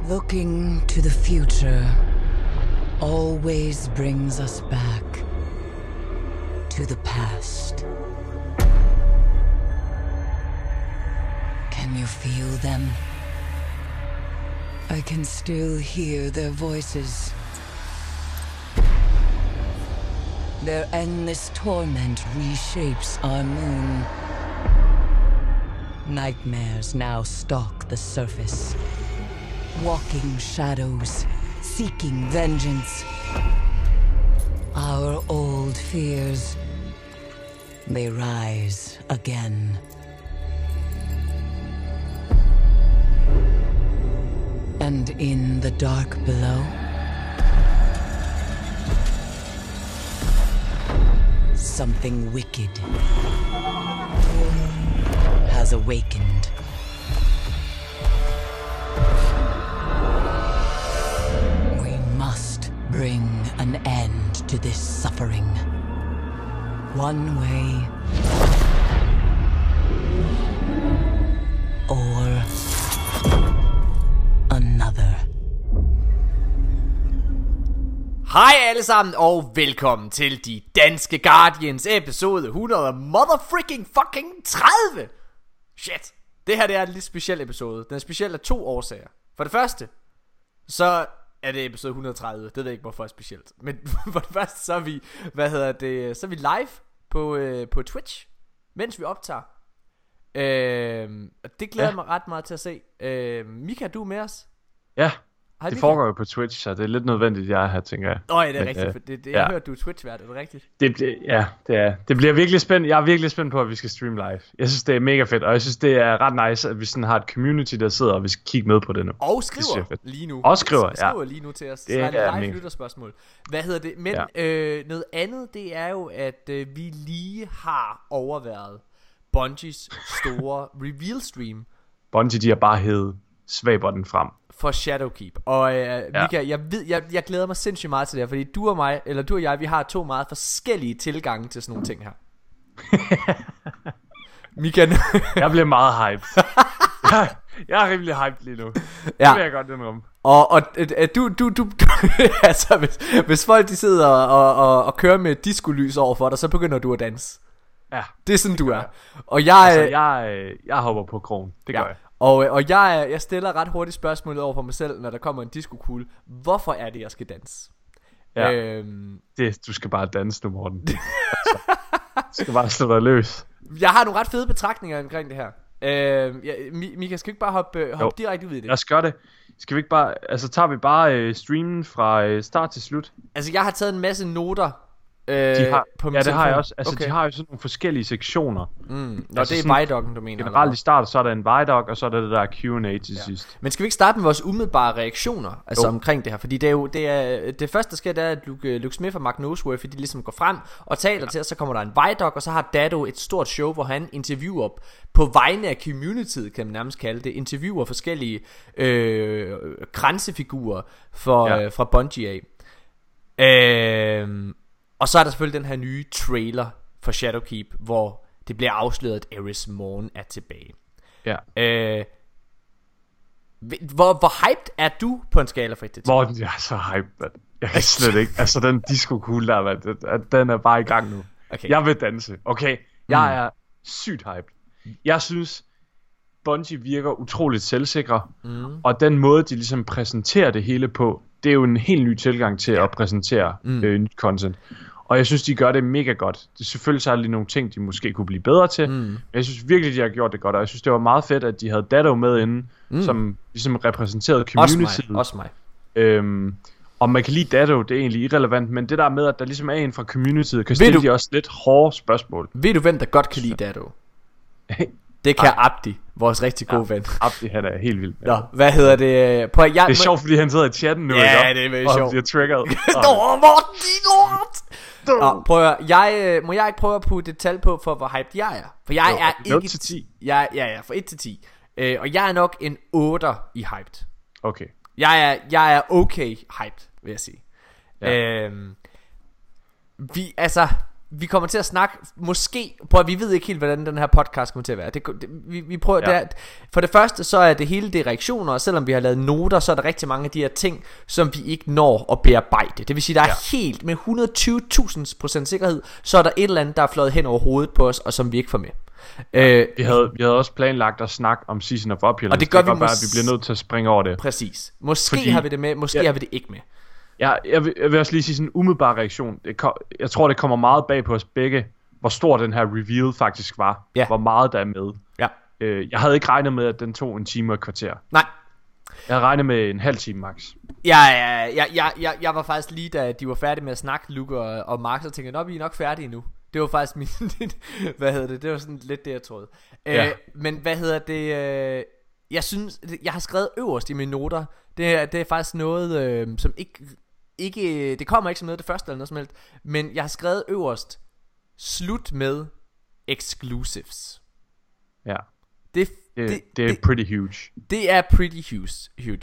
Looking to the future always brings us back to the past. Can you feel them? I can still hear their voices. Their endless torment reshapes our moon. Nightmares now stalk the surface. Walking shadows, seeking vengeance. Our old fears, they rise again. And in the dark below, something wicked has awakened. We must bring an end to this suffering. One way or another. Hej alle sammen og velkommen til De Danske Guardians episode 100 motherfucking fucking 30. Shit. Det her det er en lidt speciel episode. Den er speciel af 2 årsager. For det første, så er det episode 130. Det ved jeg ikke hvorfor er specielt. Men for det første så er vi, så er vi live på Twitch, mens vi optager. Det glæder jeg mig ret meget til at se. Mika, du er med os? Ja. Hej, det Mika. foregår jo på Twitch, så det er lidt nødvendigt, jeg er her, tænker jeg. Ja, det er rigtigt. For jeg hørte, du er Twitch-vært, er det rigtigt? Det bliver virkelig spændt. Jeg er virkelig spændt på, at vi skal streame live. Jeg synes, det er mega fedt, og jeg synes, det er ret nice, at vi sådan har et community, der sidder, og vi skal kigge med på det nu. Og skriver lige nu. Og skriver, skriver lige nu til os. Det så er det er live lytterspørgsmål. Men noget andet, det er jo, at vi lige har overværet Bungies store reveal stream. Bungie, de har bare hævet svaber den frem. For Shadowkeep. Og Mika, jeg glæder mig sindssygt meget til det her, fordi du og jeg, vi har 2 meget forskellige tilgange til sådan nogle ting her. Mika, jeg bliver meget hyped. Jeg er rimelig hyped lige nu. Det vil jeg godt indrømme. Og du altså hvis folk de sidder og kører med diskolys over for dig, så begynder du at danse. Ja. Det er sådan du er. Og jeg hopper på krogen. Det gør jeg. Og jeg stiller ret hurtigt spørgsmålet over for mig selv, når der kommer en disco-kugle. Hvorfor er det, jeg skal danse? Ja. Du skal bare danse nu, Morten. Du skal bare slå dig løs. Jeg har nogle ret fede betragtninger omkring det her. Mika, skal vi ikke bare hoppe direkte ud i det? Lad os gøre det. Skal vi ikke bare, altså tager vi bare streamen fra start til slut? Altså jeg har taget en masse noter på min telefon. Det har jeg også. Altså de har jo sådan nogle forskellige sektioner. Altså, det er Vidocken, du mener. Generelt i start, så er der en Vidoc, og så er der det der Q&A til sidst. Men skal vi ikke starte med vores umiddelbare reaktioner, altså omkring det her? Fordi det første der sker, det er at Luke Smith og Mark Noseworthy, de ligesom går frem og taler til os. Så kommer der en Vidoc, og så har Dado et stort show, hvor han interviewer på vegne af communityet, kan man nærmest kalde det. Interviewer forskellige kransefigurer fra Bungie af. Og så er der selvfølgelig den her nye trailer for Shadowkeep, hvor det bliver afsløret, at Eris Morn er tilbage. Ja. Hvor hyped er du på en skala fra 1 til 10? Morten, jeg er så hyped, man. Jeg kan slet ikke. Altså den disco-kugle der, man, den er bare i gang nu. Okay. Jeg vil danse. Okay, jeg er sygt hyped. Jeg synes, Bungie virker utroligt selvsikre. Og den måde, de ligesom præsenterer det hele på, det er jo en helt ny tilgang til at præsentere nyt content. Og jeg synes, de gør det mega godt. Det er selvfølgelig så lige nogle ting, de måske kunne blive bedre til. Men jeg synes virkelig, de har gjort det godt. Og jeg synes, det var meget fedt, at de havde Dado med inden, som ligesom repræsenterede communityet. Også mig. Og man kan lide Dado, det er egentlig irrelevant. Men det der med, at der ligesom er en fra communityet, kan stille de også lidt hårde spørgsmål. Ved du, hvem der godt kan lide Dado? Det kan Abdi, vores rigtig gode ven. Abdi, han er helt vild. Nå, hvad hedder det? Det er sjovt, fordi han sidder i chatten nu. Ja, det er veldig sjovt. Og bliver triggeret. Prøv at må jeg ikke prøve at putte et tal på for hvor hyped jeg er? For jeg er ikke 0 til 10. Ja, fra 1 til 10. Og jeg er nok en 8 i hyped. Okay. Jeg er okay hyped, vil jeg sige. Ja. vi kommer til at snakke måske på, at vi ved ikke helt hvordan den her podcast kommer til at være. Vi prøver ja. For det første så er det hele det reaktioner, og selvom vi har lavet noter, så er der rigtig mange af de her ting, som vi ikke når at bearbejde. Det vil sige, der er helt med 120.000% sikkerhed, så er der et eller andet, der er fløjet hen over hovedet på os, og som vi ikke får med. Vi havde også planlagt at snakke om Season of Opulence. Og det gør vi bare, at vi bliver nødt til at springe over det. Præcis. Måske har vi det med, måske har vi det ikke med. Ja, jeg vil også lige sige sådan en umiddelbar reaktion. Jeg tror det kommer meget bag på os begge, hvor stor den her reveal faktisk var. Ja. Hvor meget der er med. Ja. Jeg havde ikke regnet med at den tog en time og et kvarter. Nej. Jeg havde regnet med en halv time max. Jeg var faktisk lige da de var færdige med at snakke, Luke og Mark, så tænkte jeg, vi er nok færdige nu. Det var faktisk min det var sådan lidt det jeg troede. Men jeg synes jeg har skrevet øverst i mine noter. Det er faktisk noget som ikke det kommer ikke som noget det første eller noget som helst, men jeg har skrevet øverst slut med exclusives. Ja. Det er pretty huge. Det er pretty huge.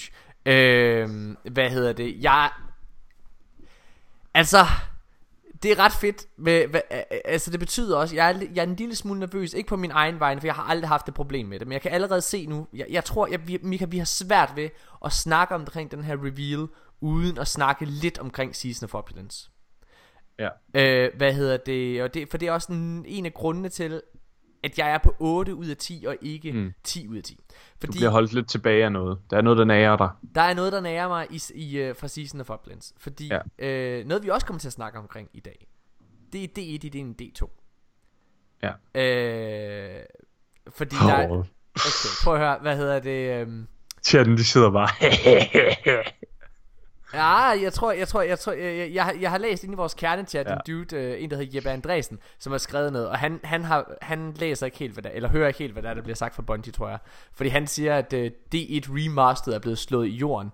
Altså det er ret fedt altså det betyder også jeg er en lille smule nervøs, ikke på min egen vej, for jeg har aldrig haft et problem med det, men jeg kan allerede se nu, jeg tror vi har svært ved at snakke omkring den her reveal uden at snakke lidt omkring Season of Opulence. Ja. For det er også en af grundene til at jeg er på 8 ud af 10 og ikke 10 ud af 10. Fordi du bliver holdt lidt tilbage af noget. Der er noget der nager dig. Der er noget der nager mig fra Season of Opulence. Fordi noget vi også kommer til at snakke omkring i dag, det er D1 i en D2. Ja. Fordi der er, okay, prøv at høre, Chatten de sidder bare Ja, jeg har læst inde i vores kernechat en dude, en der hedder Jeppe Andresen, som har skrevet noget, og han læser ikke helt eller hører ikke helt hvad der bliver sagt fra Bungie, tror jeg. Fordi han siger at D1 Remastered er blevet slået i jorden.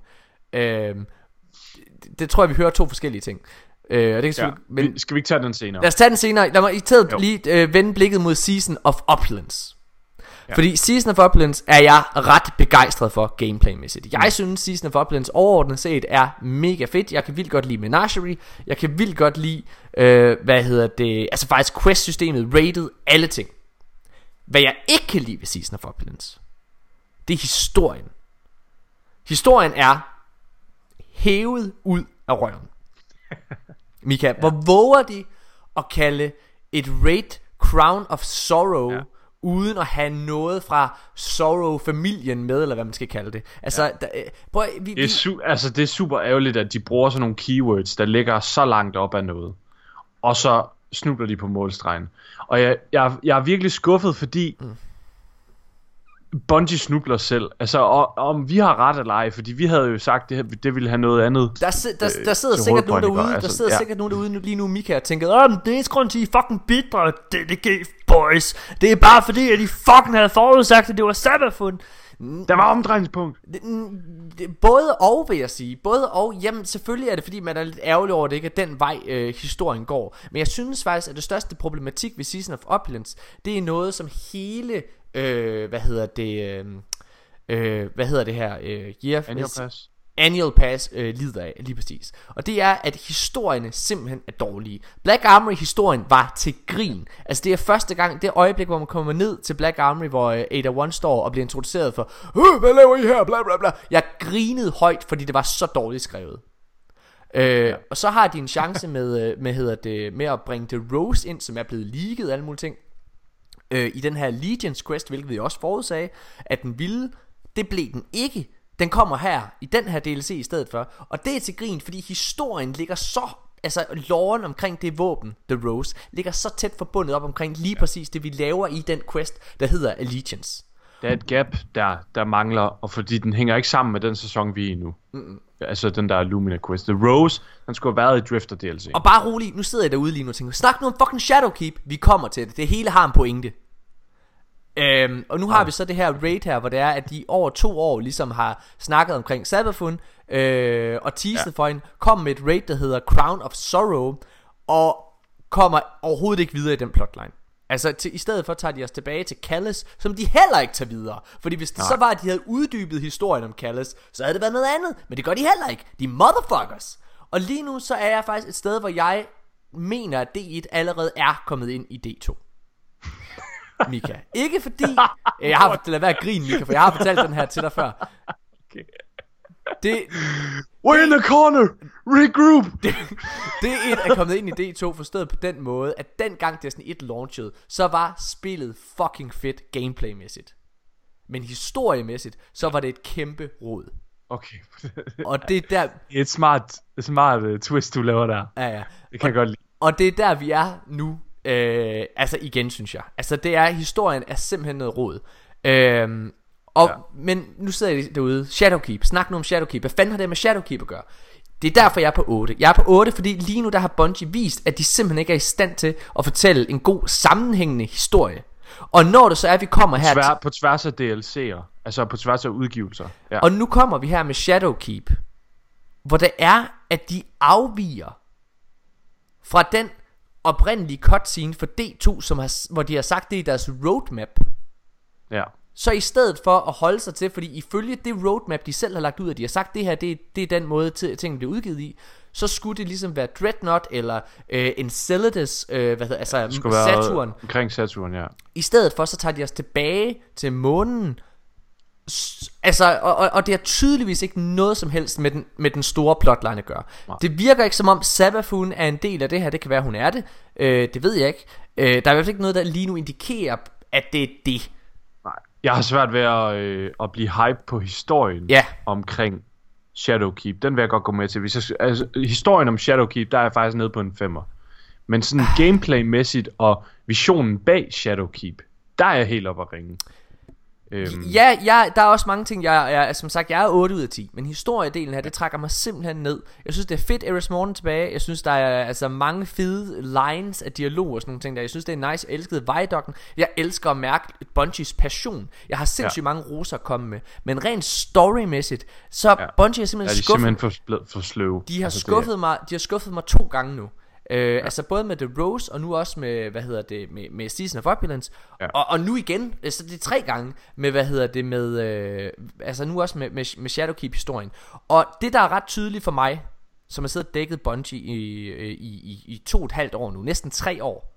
Det tror jeg vi hører to forskellige ting. Og det kan men skal vi ikke tage den senere? Lad os tage den senere. Lad mig i stedet lige vende blikket mod Season of Opulence. Fordi Season of Opulence er jeg ret begejstret for gameplaymæssigt. Jeg synes Season of Opulence overordnet set er mega fedt. Jeg kan vildt godt lide Menagerie. Jeg kan vildt godt lide altså faktisk quest-systemet, rated, alle ting. Hvad jeg ikke kan lide ved Season of Opulence, det er historien. Historien er hævet ud af røven. Mika, hvor våger de at kalde et raid Crown of Sorrow uden at have noget fra Sorrow-familien med, eller hvad man skal kalde det. Altså, det er super ærgerligt, at de bruger sådan nogle keywords, der ligger så langt op af noget, og så snubler de på målstregen. Og jeg er virkelig skuffet, fordi Bungie snubler selv. Altså, om vi har ret eller ej, fordi vi havde jo sagt, det ville have noget andet. Der sidder sikkert nogen derude, sikkert nogen derude lige nu, Mika, og tænker, det er grund til, at I fucking bitre, DDG boys. Det er bare fordi, at I fucking havde forudsagt, at det var Sabafund. Der var omdrejningspunkt. Både og, vil jeg sige. Både og. Jamen, selvfølgelig er det, fordi man er lidt ærgerlig over, at det ikke er den vej, historien går. Men jeg synes faktisk, at det største problematik ved Season of Opulence, det er noget, som hele Annual Pass lider af, lige præcis. Og det er, at historierne simpelthen er dårlige. Black Armory historien var til grin. Altså det er første gang, det øjeblik hvor man kommer ned til Black Armory, hvor Ada One står og bliver introduceret for hvad laver I her, bla bla bla. Jeg grinede højt, fordi det var så dårligt skrevet. Og så har de en chance med at bringe The Rose ind, som er blevet leaget alle mulige ting, i den her Legions quest, hvilket vi også forudsagde at den ville. Det blev den ikke. Den kommer her i den her DLC i stedet for. Og det er til grin, fordi historien ligger så, altså loren omkring det våben, The Rose, ligger så tæt forbundet op omkring lige præcis det vi laver i den quest, der hedder Allegiance. Der er et gap der mangler, og fordi den hænger ikke sammen med den sæson vi er i nu. Altså den der Lumina quest. The Rose, den skulle have været i Drifter DLC. Og bare rolig, nu sidder jeg derude lige nu og tænker, snak nu om fucking Shadowkeep. Vi kommer til det. Det hele har en pointe. Og nu har vi så det her raid her, hvor det er at de over 2 år ligesom har snakket omkring Sabafund, og teaset for en, kom med et raid der hedder Crown of Sorrow, og kommer overhovedet ikke videre i den plotline. Altså i stedet for tager de os tilbage til Calus, som de heller ikke tager videre. Fordi hvis det så var at de havde uddybet historien om Calus, så havde det været noget andet. Men det gør de heller ikke. De motherfuckers. Og lige nu så er jeg faktisk et sted hvor jeg mener, at D1 allerede er kommet ind i D2. Mika. Ikke fordi jeg har lad være at grine, Mika, for jeg har fortalt den her til dig før. Okay. We're in the corner. Regroup. D1 er kommet ind i D2 forstået på den måde, at dengang Destiny 1 launchede, så var spillet fucking fedt gameplaymæssigt. Men historiemæssigt, så var det et kæmpe rod. Okay. Og det er der... Et smart twist, du laver der. Ja. Det kan jeg godt lide. Og det er der, vi er nu. Altså igen, synes jeg. Altså det er, historien er simpelthen noget rod. Men nu sidder jeg derude. Shadowkeep, snak nu om Shadowkeep. Hvad fanden har det med Shadowkeep at gøre? Det er derfor jeg er på 8. Jeg er på 8, fordi lige nu der har Bungie vist, at de simpelthen ikke er i stand til at fortælle en god sammenhængende historie. Og når det så er, vi kommer her på tværs af DLC'er, altså på tværs af udgivelser. Ja. Og nu kommer vi her med Shadowkeep, hvor det er, at de afviger fra den oprindelige cutscene for D2, hvor de har sagt det i deres roadmap. Ja. Så i stedet for at holde sig til, fordi ifølge det roadmap de selv har lagt ud, og de har sagt det her, det er den måde tingene bliver udgivet i, så skulle det ligesom være Dreadnought eller Enceladus, Saturn. Omkring Saturn, ja. I stedet for så tager de os tilbage til månen. Altså, og det har tydeligvis ikke noget som helst med den store plotline at gøre. Nej. Det virker ikke som om Savathun er en del af det her. Det kan være hun er det. Det ved jeg ikke. Der er i hvert fald ikke noget der lige nu indikerer, at det er det. Nej. Jeg har svært ved at blive hype på historien omkring Shadowkeep. Den vil jeg godt gå med til. Historien om Shadowkeep, der er jeg faktisk nede på en 5'er. Men sådan gameplaymæssigt og visionen bag Shadowkeep, der er jeg helt oppe at ringe. Ja, der er også mange ting. Som sagt, jeg er 8 ud af 10. Men historiedelen her, det trækker mig simpelthen ned. Jeg synes det er fedt, Eris Morton tilbage. Jeg synes der er altså mange fede lines af dialog og sådan nogle ting der. Jeg synes det er nice. Jeg elskede Viaducten. Jeg elsker at mærke Bungies passion. Jeg har sindssygt mange roser at komme med. Men rent storymæssigt, så Bungie er simpelthen skuffet. De er simpelthen for sløve. De har skuffet mig 2 gange nu. Altså både med The Rose og nu også med med Season of Opulence, og nu igen, så det er 3 gange med med nu også med Shadowkeep historien. Og det der er ret tydeligt for mig, som har siddet og dækket Bungie i 2,5 år nu, næsten 3 år,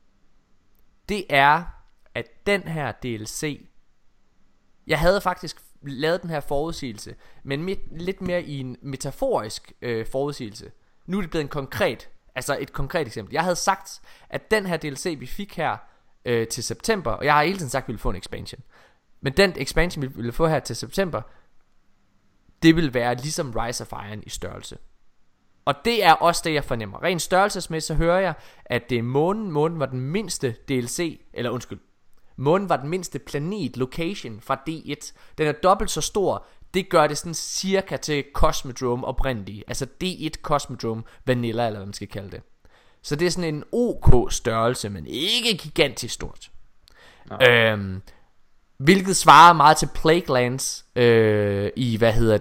det er at den her DLC, jeg havde faktisk lavet den her forudsigelse, men lidt mere i en metaforisk forudsigelse. Nu er det blevet en konkret. Altså et konkret eksempel. Jeg havde sagt, at den her DLC vi fik her til september, og jeg har hele tiden sagt, at vi ville få en expansion. Men den expansion vi ville få her til september, det vil være ligesom Rise of Iron i størrelse. Og det er også det jeg fornemmer. Rent størrelsesmæssigt så hører jeg, at det er månen var den mindste DLC, månen var den mindste planet location fra D1. Den er dobbelt så stor. Det gør det sådan cirka til Cosmodrome oprindeligt. Altså D1 Cosmodrome Vanilla, eller hvad man skal kalde det. Så det er sådan en OK størrelse, men ikke gigantisk stort. Hvilket svarer meget til Plaguelands i i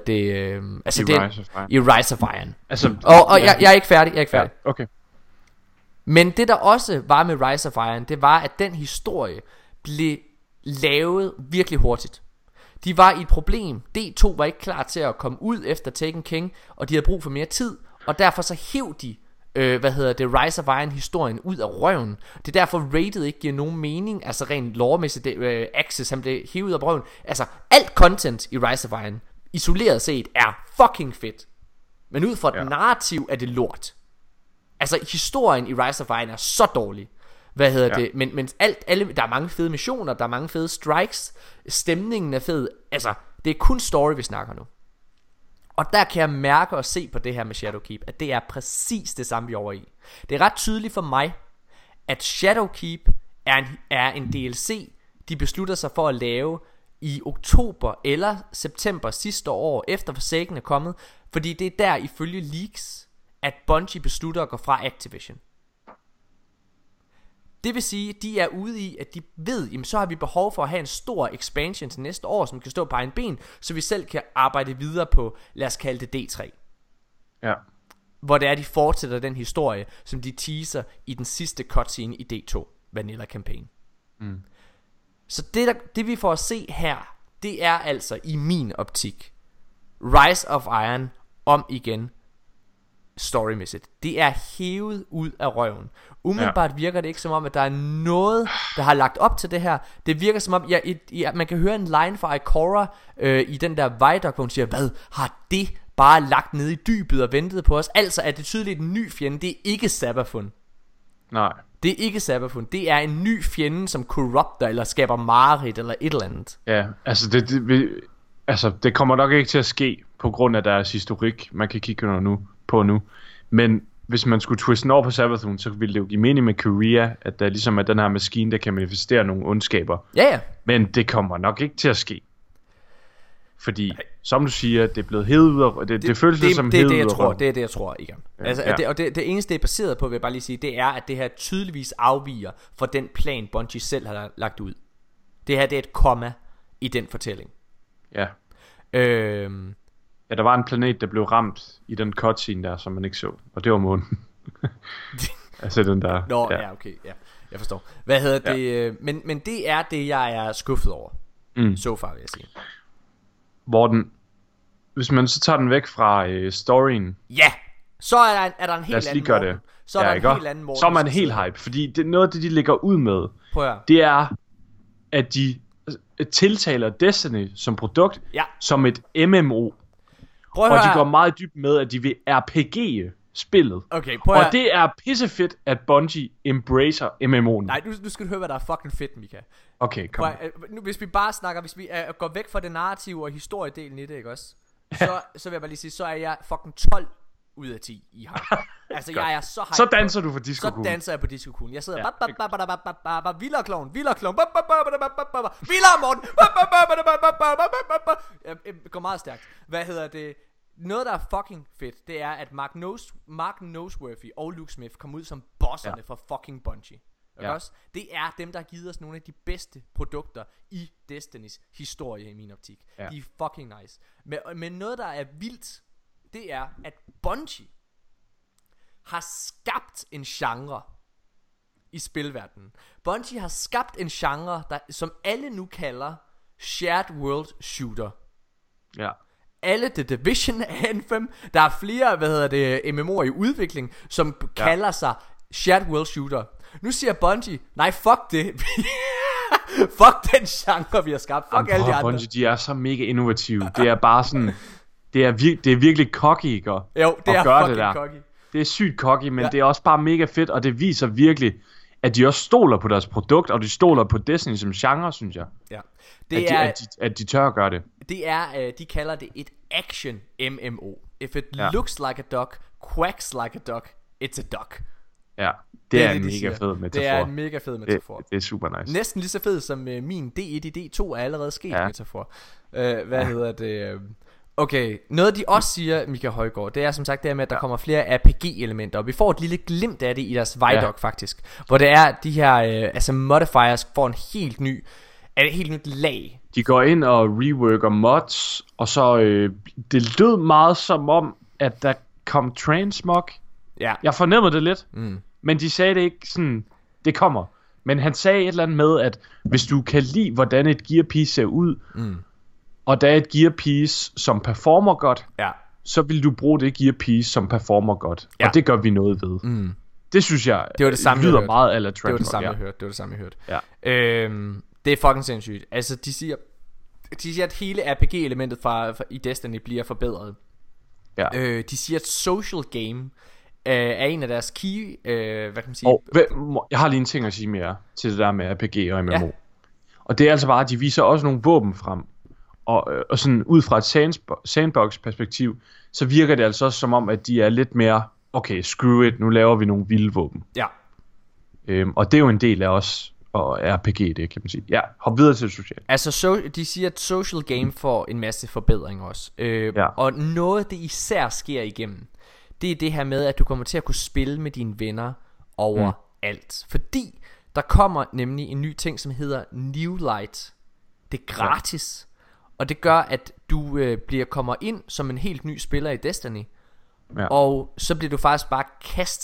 Rise of Iron. Altså, jeg er ikke færdig. Ja, okay. Men det der også var med Rise of Iron, det var at den historie blev lavet virkelig hurtigt. De var i et problem. D2 var ikke klar til at komme ud efter Taken King, og de havde brug for mere tid, og derfor så hev de Rise of Iron historien ud af røven. Det er derfor rated ikke giver nogen mening. Altså rent loremæssigt, Access han blev hevet ud af røven. Altså alt content i Rise of Iron isoleret set er fucking fedt, men ud fra et narrativ er det lort. Altså historien i Rise of Iron er så dårlig. Men der er mange fede missioner, der er mange fede strikes, stemningen er fed. Altså det er kun story vi snakker nu. Og der kan jeg mærke og se på det her med Shadowkeep, at det er præcis det samme vi er over i. Det er ret tydeligt for mig, at Shadowkeep er en DLC de beslutter sig for at lave i oktober eller september sidste år, efter Forsaken er kommet. Fordi det er der ifølge leaks, at Bungie beslutter at gå fra Activision. Det vil sige, at de er ude i, at de ved, jamen så har vi behov for at have en stor expansion til næste år, som kan stå på egen ben, så vi selv kan arbejde videre på, lad os kalde det D3. Ja. Hvor det er, de fortsætter den historie, som de teaser i den sidste cutscene i D2, Vanilla Campaign. Mm. Så det vi får at se her, det er altså i min optik Rise of Iron om igen storymæssigt. Det er hævet ud af røven. Umiddelbart virker det ikke som om, at der er noget, der har lagt op til det her. Det virker som om, man kan høre en line fra Ikora i den der Vidoc, hvor hun siger, hvad har det bare lagt ned i dybet og ventet på os? Altså er det tydeligt en ny fjende. Det er ikke Savathun. Nej. Det er ikke Savathun. Det er en ny fjende, som corrupter eller skaber mareridt eller et eller andet. Ja, altså det kommer nok ikke til at ske på grund af deres historik, man kan kigge på nu. Men hvis man skulle twiste den over på Savathun, så ville det jo give mening med Korea, at der ligesom er den her maskine, der kan manifestere nogle ondskaber. Ja. Men det kommer nok ikke til at ske. Fordi, som du siger, det er blevet hævet ud af... Det føles det, som hævet ud af røven. Det er det, jeg tror, igen. Altså, det eneste, det er baseret på, vil jeg bare lige sige, det er, at det her tydeligvis afviger fra den plan, Bungie selv har lagt ud. Det her, det er et komma i den fortælling. Ja. Ja, der var en planet, der blev ramt i den cutscene der, som man ikke så. Og det var månen. Altså den der... Nå, ja, okay, ja. Jeg forstår. Hvad hedder det? Men det er det, jeg er skuffet over. Så far, vil jeg sige. Hvor hvis man så tager den væk fra storyen. Ja, så er der en helt anden Morten. Det. Så er der en helt anden Morten. Så er man helt hype, fordi det, noget af det, de lægger ud med, det er, at de tiltaler Destiny som produkt, som et MMO. Og de går meget dybt med, at de vil RPG'e spillet. Okay, og det er pissefedt, at Bungie embracer MMO'en. Nej, nu skal du høre, hvad der er fucking fedt, Mika. Okay, kom. Nu, hvis vi bare snakker, hvis vi går væk fra det narrative og historiedelen i det, ikke også? Så vil jeg bare lige sige, så er jeg fucking 12 ud af 10 i hype. Altså, jeg er så hype. Så danser du på disco-kuglen. Så danser jeg på disco-kuglen. Jeg sidder Vildere-kloven, Vildere-kloven, Vildere Morten. Jeg går meget stærkt. Hvad hedder det? Noget, der er fucking fedt, det er, at Mark Noseworthy og Luke Smith kom ud som bosserne for fucking Bungie. Også? Det er dem, der har givet os nogle af de bedste produkter i Destinys historie i min optik. De er fucking nice. Men noget, der er vildt, det er, at Bungie har skabt en genre i spilverdenen. Bungie har skabt en genre, som alle nu kalder Shared World Shooter. Ja. Alle The Division, Anthem, der er flere, MMO'er i udvikling, som kalder sig Shared World Shooter. Nu siger Bungie, nej, fuck det. Fuck den genre, vi har skabt. Fuck alle de andre. Bungie, de er så mega innovative. Det er bare sådan, det er virkelig cocky, ikke? Jo, det er fucking cocky. Det er sygt cocky, men det er også bare mega fedt, og det viser virkelig, at de også stoler på deres produkt, og de stoler på Destiny som genre, synes jeg. Ja. At de tør at gøre det. Det er, de kalder det et action MMO. If it looks like a duck, quacks like a duck, it's a duck. Ja, det er en mega fed metafor. Det er en mega fed metafor. Det er super nice. Næsten lige så fed som min D1 i D2 er allerede sket metafor. Hvad hedder det? Okay, noget de også siger, Mika Højgaard, det er som sagt det med, at der kommer flere RPG-elementer, og vi får et lille glimt af det i deres Vidoc faktisk, hvor det er de her modifiers får en helt ny, et helt nyt lag. De går ind og reworker mods, og så det lød meget som om, at der kom transmog. Ja. Jeg fornemmede det lidt, men de sagde det ikke sådan, det kommer. Men han sagde et eller andet med, at hvis du kan lide, hvordan et gearpiece ser ud, og der er et gearpiece, som performer godt, så vil du bruge det gearpiece, som performer godt. Og det gør vi noget ved. Det synes jeg det var det samme, lyder meget eller transmog. Det var det samme, jeg hørte. Det var det samme, jeg hørte. Ja. Det er fucking sindssygt. Altså, de siger, at hele RPG-elementet i Destiny bliver forbedret. Ja. De siger, at social game er en af deres key, hvad kan man sige? Jeg har lige en ting at sige mere til det der med RPG og MMO. Ja. Og det er altså bare, at de viser også nogle våben frem. Og sådan ud fra et sandbox-perspektiv, så virker det altså også som om, at de er lidt mere, okay, screw it, nu laver vi nogle vilde våben. Ja. Og det er jo en del af os og RPG, det kan man sige. Ja, hop videre til det sociale. Altså, de siger, at social game får en masse forbedring også. Og noget, det især sker igennem, det er det her med, at du kommer til at kunne spille med dine venner over alt. Fordi der kommer nemlig en ny ting, som hedder New Light. Det er gratis. Og det gør, at du kommer ind som en helt ny spiller i Destiny. Og så bliver du faktisk bare kastet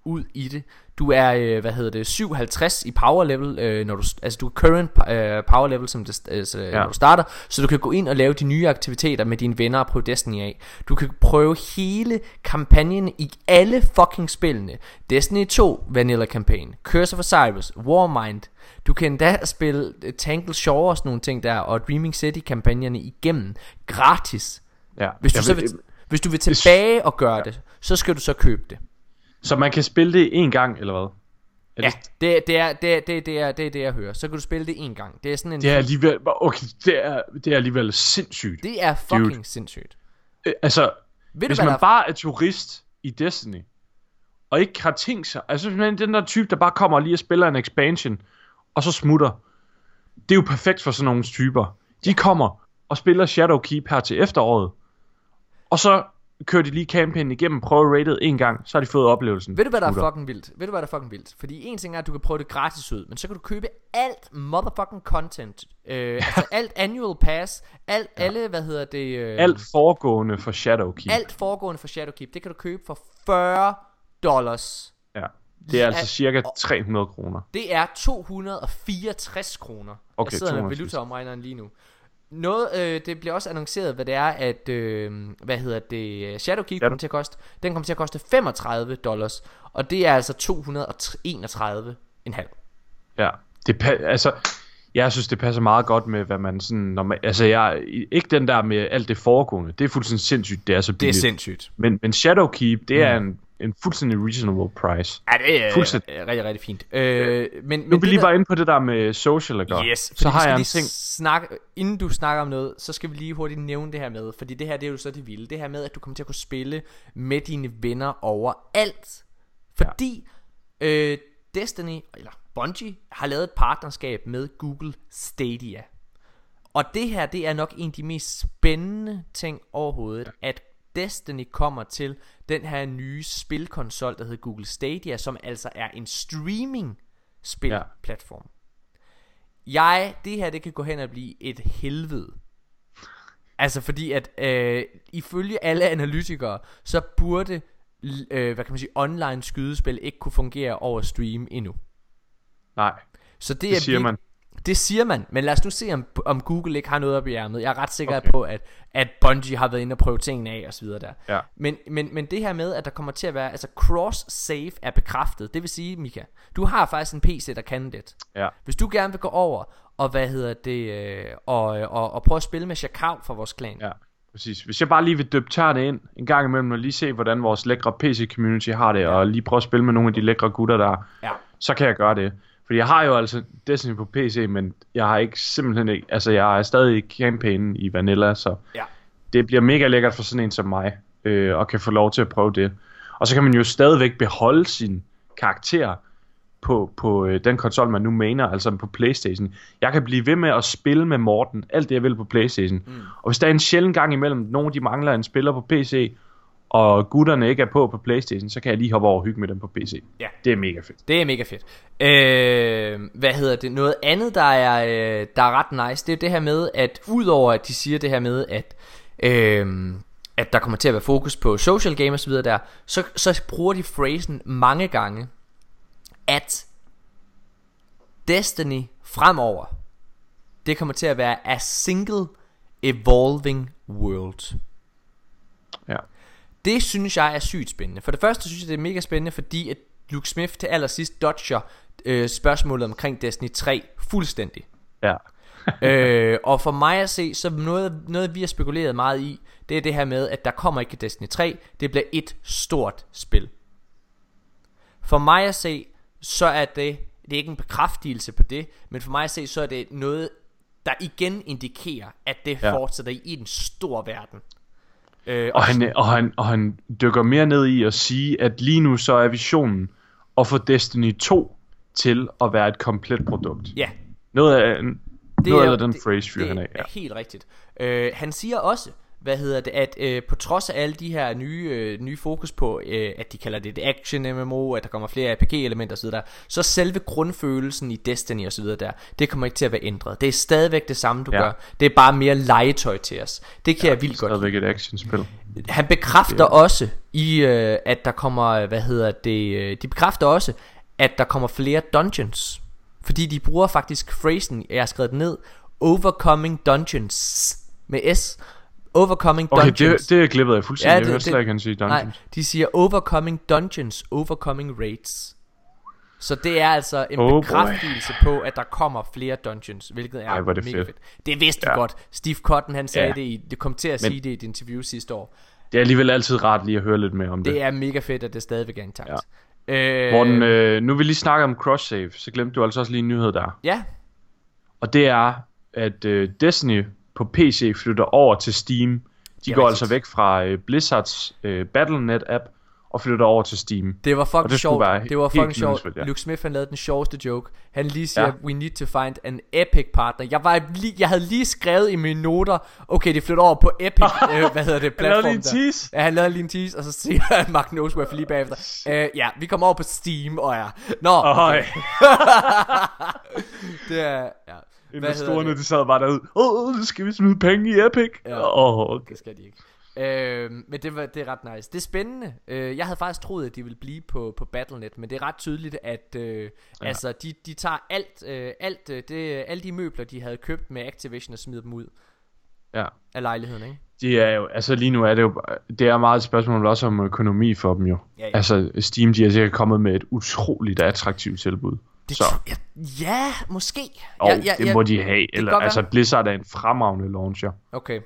ud i det. Du er 57 i power level, når du, altså du er current power level, som når du starter. Så du kan gå ind og lave de nye aktiviteter med dine venner og prøve Destiny af. Du kan prøve hele kampagnen i alle fucking spillene. Destiny 2 Vanilla Campaign, Curse of Osiris, Warmind. Du kan endda spille Tangle Shore og sådan nogle ting der, og Dreaming City kampagnerne igennem gratis. Ja. Hvis du vil tilbage og gøre det, så skal du så købe det. Så man kan spille det en gang, eller hvad? Det er det jeg hører. Så kan du spille det en gang. Det er sådan en. Det er alligevel, okay, det er alligevel sindssygt. Det er fucking sindssygt. Altså, hvis man bare er turist i Destiny og ikke har tænkt sig, altså den der type der bare kommer lige og spiller en expansion og så smutter. Det er jo perfekt for sådan nogle typer. De kommer og spiller Shadowkeep her til efteråret, og så kører de lige campaignen igennem, prøver rated en gang, så har de fået oplevelsen. Ved du hvad der er fucking vildt? Fordi en ting er at du kan prøve det gratis ud, men så kan du købe alt motherfucking content, altså alt annual pass, alle alt foregående for Shadowkeep. Alt foregående for Shadowkeep, det kan du købe for $40. Ja. Det er altså cirka 300 kroner. Det er 264 kroner. Okay, jeg sidder med valutaomregneren lige nu. Det bliver også annonceret, hvad det er, at Shadowkeep kommer til at koste. Den kommer til at koste $35, og det er altså 231,5. Ja, altså jeg synes det passer meget godt med hvad man sådan altså jeg ikke den der med alt det foregående. Det er fuldstændig sindssygt, det er så billigt. Det er sindssygt. Men Shadowkeep, det er en fuldstændig reasonable price. Ja, det er rigtig, rigtig fint. Men nu vil lige bare ind på det der med social, ikke? Yes, så har jeg en ting. Inden du snakker om noget, så skal vi lige hurtigt nævne det her med, fordi det her, det er jo så det vilde. Det her med, at du kommer til at kunne spille med dine venner overalt. Fordi Destiny, eller Bungie, har lavet et partnerskab med Google Stadia. Og det her, det er nok en af de mest spændende ting overhovedet, at Destiny kommer til den her nye spilkonsol, der hedder Google Stadia, som altså er en streaming spilplatform. Det her, det kan gå hen og blive et helvede. Altså fordi at ifølge alle analytikere, så burde online skydespil ikke kunne fungere over stream endnu. Nej. Så det siger man. Det siger man, men lad os nu se om Google ikke har noget op i ærmet. Jeg er ret sikker på at Bungie har været inde og prøve tingene af og så videre der. Ja. Men det her med at der kommer til at være, altså cross-save er bekræftet. Det vil sige, Mika, du har faktisk en PC der kan det. Ja. Hvis du gerne vil gå over og og prøve at spille med Shakao fra vores klan. Ja. Præcis. Hvis jeg bare lige vil dyppe tæerne ind en gang imellem og lige se hvordan vores lækre PC community har det, og lige prøve at spille med nogle af de lækre gutter der, så kan jeg gøre det. Fordi jeg har jo altså Destiny på PC, men jeg har simpelthen ikke, altså jeg er stadig i campaignen i Vanilla, så det bliver mega lækkert for sådan en som mig, og kan få lov til at prøve det. Og så kan man jo stadigvæk beholde sin karakter på den konsol man nu mener, altså på PlayStation. Jeg kan blive ved med at spille med Morten, alt det jeg vil på PlayStation. Og hvis der er en sjælden gang imellem, nogen de mangler en spiller på PC, og gutterne ikke er på PlayStation, så kan jeg lige hoppe over og hygge med dem på PC. Ja. Det er mega fedt. Det er mega fedt. Noget andet der er ret nice, det er det her med at udover at de siger det her med at der kommer til at være fokus på social game og så videre der, så bruger de phrasen mange gange, at Destiny fremover, det kommer til at være a single evolving world. Ja. Det synes jeg er sygt spændende. For det første synes jeg det er mega spændende, fordi at Luke Smith til allersidst dodger spørgsmålet omkring Destiny 3 fuldstændig. Ja. Og for mig at se, så noget vi har spekuleret meget i, det er det her med at der kommer ikke Destiny 3. Det bliver et stort spil. For mig at se, så er det er ikke en bekræftelse på det, men for mig at se, så er det noget der igen indikerer at det fortsætter i en stor verden. Og han dykker mere ned i at sige, at lige nu så er visionen at få Destiny 2 til at være et komplet produkt. Ja. Noget af den phrase fyrer han af. Det er helt rigtigt. Han siger også, at på trods af alle de her nye fokus på, at de kalder det et action MMO, at der kommer flere RPG-elementer og så videre, så selve grundfølelsen i Destiny og så videre der, det kommer ikke til at være ændret. Det er stadigvæk det samme du gør. Det er bare mere legetøj til os. Det kan jeg vildt godt. Stadigvæk et actionspil. Han bekræfter også at der kommer, de bekræfter også, at der kommer flere dungeons. Fordi de bruger faktisk phrasen, jeg har skrevet den ned, overcoming dungeons, med S. Overcoming dungeons. Okay, det er glippet af fuldstændig. Jeg hørte slet ikke, han sige dungeons. Nej, de siger overcoming dungeons, overcoming raids. Så det er altså en bekræftelse på, at der kommer flere dungeons, hvilket er mega fedt. Det vidste vi godt. Steve Cotton, han sagde det kom til at sige det i et interview sidste år. Det er alligevel altid rart lige at høre lidt mere om det. Det er mega fedt, at det stadigvæk er intakt. Morten, nu vil lige snakke om cross-save, så glemte du altså også lige en nyhed der. Ja. Og det er, at Destiny på PC flytter over til Steam. De går altså væk fra Blizzards Battle.net-app og flytter over til Steam. Det var fucking sjovt. Det var fucking sjovt. Ja. Luke Smith, han lavede den sjoveste joke. Han lige siger, we need to find an Epic partner. Jeg havde lige skrevet i mine noter, okay, de flytter over på Epic, platform der. Ja, han lavede lige en tease, og så siger han Mark Noseworth lige bagefter. Vi kommer over på Steam, og Nå, okay. Det er, investorerne, de sad bare derude. Skal vi smide penge i Epic? Okay. Det skal de ikke. Men det er ret nice. Det er spændende. Jeg havde faktisk troet, at de ville blive på Battle.net, men det er ret tydeligt, at altså de tager alle de møbler, de havde købt med Activision, og smider dem ud af lejligheden, ikke? De er jo, altså lige nu er det er meget et spørgsmål også om økonomi for dem jo. Ja. Altså Steam, de er sikkert kommet med et utroligt attraktivt tilbud. Ja, måske. Det må de have. Eller, altså Blizzard er en fremragende launcher. Okay.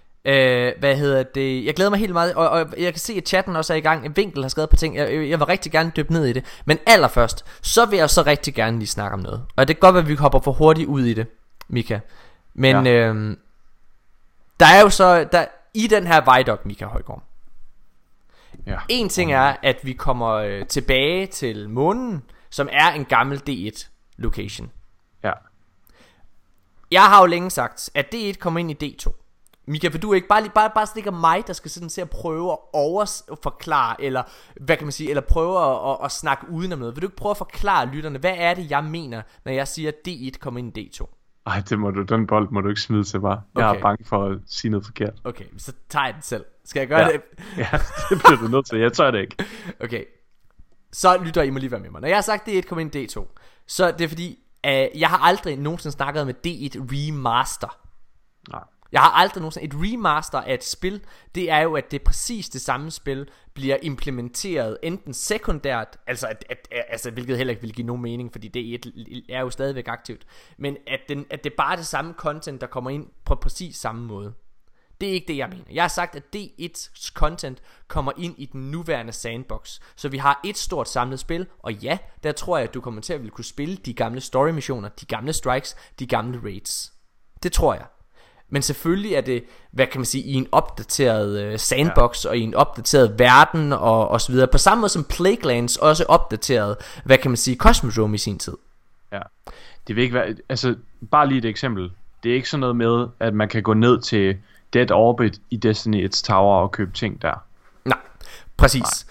Jeg glæder mig helt meget, og jeg kan se, at chatten også er i gang. Vinkel har skrevet på ting. Jeg vil rigtig gerne dykke ned i det. Men allerførst, så vil jeg så rigtig gerne lige snakke om noget. Og det kan godt være, at vi hopper for hurtigt ud i det, Mika. Men der er jo så i den her Vidoc, Mika Højgaard. En ting er, at vi kommer tilbage til månen, som er en gammel D1 location. Ja. Jeg har jo længe sagt, at D1 kommer ind i D2. Mika, for du er ikke bare stikker mig, der skal sådan se at prøve at overforklare, eller hvad kan man sige, eller prøve at snakke uden om noget. Vil du ikke prøve at forklare lytterne, hvad er det, jeg mener, når jeg siger, at D1 kommer ind i D2? Ej, den bold må du ikke smide til mig. Jeg er bange for at sige noget forkert. Okay, så tager jeg den selv. Skal jeg gøre det? Ja, det bliver du nødt til. Jeg tør det ikke. Okay, så lytter I må lige være med mig. Når jeg har sagt, at D1 kommer ind i D2, så det er fordi, jeg har aldrig nogensinde snakket med D1 Remaster. Nej. Jeg har aldrig nogensinde. Et remaster af et spil, det er jo, at det præcis det samme spil bliver implementeret enten sekundært, altså hvilket heller ikke vil give nogen mening, fordi D1 er jo stadigvæk aktivt, men at det bare er det samme content, der kommer ind på præcis samme måde. Det er ikke det, jeg mener. Jeg har sagt, at D1's content kommer ind i den nuværende sandbox. Så vi har et stort samlet spil. Og ja, der tror jeg, at du kommer til at ville kunne spille de gamle story missioner, de gamle strikes, de gamle raids. Det tror jeg. Men selvfølgelig er det, hvad kan man sige, i en opdateret sandbox og i en opdateret verden og så videre. På samme måde som Plaguelands også opdateret, hvad kan man sige, Cosmodrome i sin tid. Ja, det vil ikke være, altså bare lige et eksempel. Det er ikke sådan noget med, at man kan gå ned til Dead Orbit i Destiny 1's Tower og købe ting der. Nej, præcis.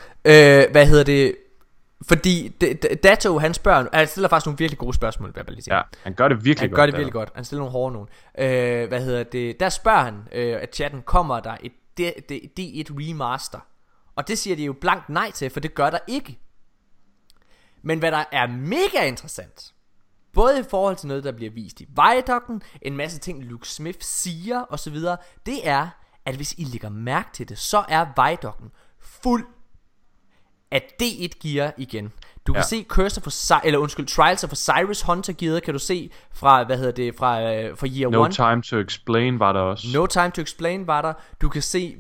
Fordi Dato, han spørger, han stiller faktisk nogle virkelig gode spørgsmål, vil jeg lige sige. Ja, han gør det virkelig godt. Han stiller nogle hårde nogen. Der spørger han, at chatten, kommer der et D1 remaster? Og det siger de jo blankt nej til, for det gør der ikke. Men hvad der er mega interessant, både i forhold til noget, der bliver vist i Vidoc'en, en masse ting Luke Smith siger osv., det er, at hvis I lægger mærke til det, så er Vidoc'en fuld af D1 gear igen. Du kan se Trials of Osiris Hunter gear, kan du se fra fra Year 1. No Time to Explain var der også. No Time to Explain var der. Du kan se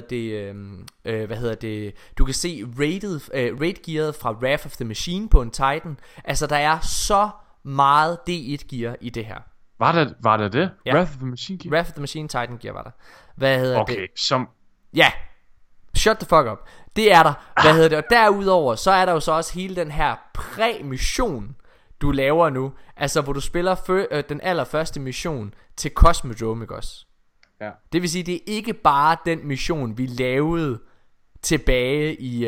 du kan se raid gearet fra Wrath of the Machine på en Titan. Altså der er så meget D1 gear i det her. Var der det? Ja. Wrath of the Machine gear? Wrath of the Machine Titan gear var der. Okay, som ja. Shut the fuck up. Det er der. Og derudover så er der jo så også hele den her præ-mission du laver nu, altså hvor du spiller den allerførste mission til Cosmodrome, ikke også? Ja. Det vil sige, det er ikke bare den mission vi lavede tilbage i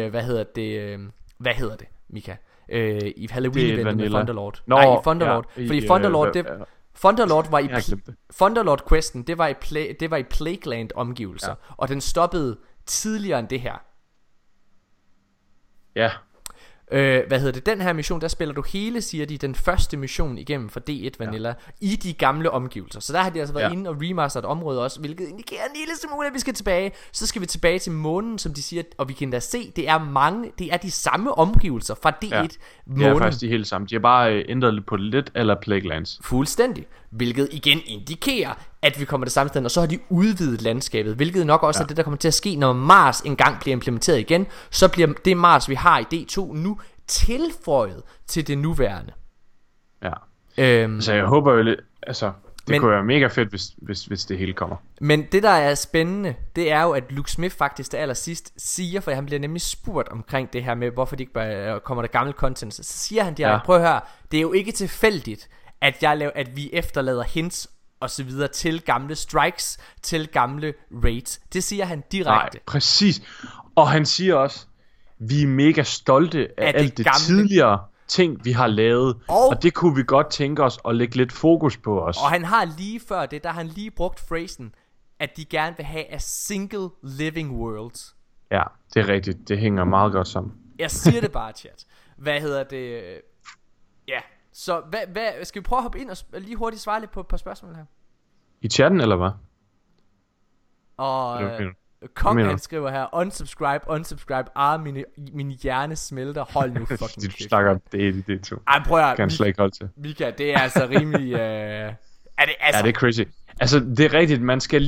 Mika? I Halloween med Thunderlord. No, nej, i Thunderlord. Fordi Thunderlord var i Thunderlord questen, det var i Plagueland omgivelser, og den stoppede tidligere end det her. Ja. Den her mission, der spiller du hele, siger de, den første mission igennem for D1 Vanilla i de gamle omgivelser. Så der har de altså været inde og remasteret området også, hvilket indikerer en lille smule, at vi skal tilbage. Så skal vi tilbage til månen, som de siger, og vi kan da se, det er de samme omgivelser fra D1 månen. Det er faktisk de helt samme. De har bare ændret lidt på lidt eller Plaguelands. Fuldstændig. Hvilket igen indikerer, at vi kommer til samme sted, og så har de udvidet landskabet, hvilket nok også er det, der kommer til at ske, når Mars engang bliver implementeret igen. Så bliver det Mars, vi har i D2 nu, tilføjet til det nuværende. Ja. Så jeg håber jo lidt, kunne være mega fedt, hvis det hele kommer. Men det der er spændende, det er jo, at Luke Smith faktisk til allersidst siger, for han bliver nemlig spurgt omkring det her med, hvorfor de ikke bare kommer der gammel content, så siger han direkte, prøv at høre, det er jo ikke tilfældigt, at vi efterlader hints og så videre til gamle strikes, til gamle raids. Det siger han direkte. Nej, præcis. Og han siger også, vi er mega stolte af alt det tidligere ting, vi har lavet, og det kunne vi godt tænke os at lægge lidt fokus på os. Og han har lige før det, der har han lige brugt phrasen, at de gerne vil have a single living world. Ja, det er rigtigt. Det hænger meget godt sammen. Jeg siger det bare, chat. Hvad hedder det? Ja. Så hvad skal vi prøve at hoppe ind og lige hurtigt svare lidt på et par spørgsmål her? I chatten, eller hvad? Og Kong han skriver her, unsubscribe, min hjerne smelter, hold nu fucking kæft. Du snakker om det i D2. Ej, prøv at kan slet ikke holde til. Mika, det er altså rimelig Ja, det er crazy. Altså, det er rigtigt, man skal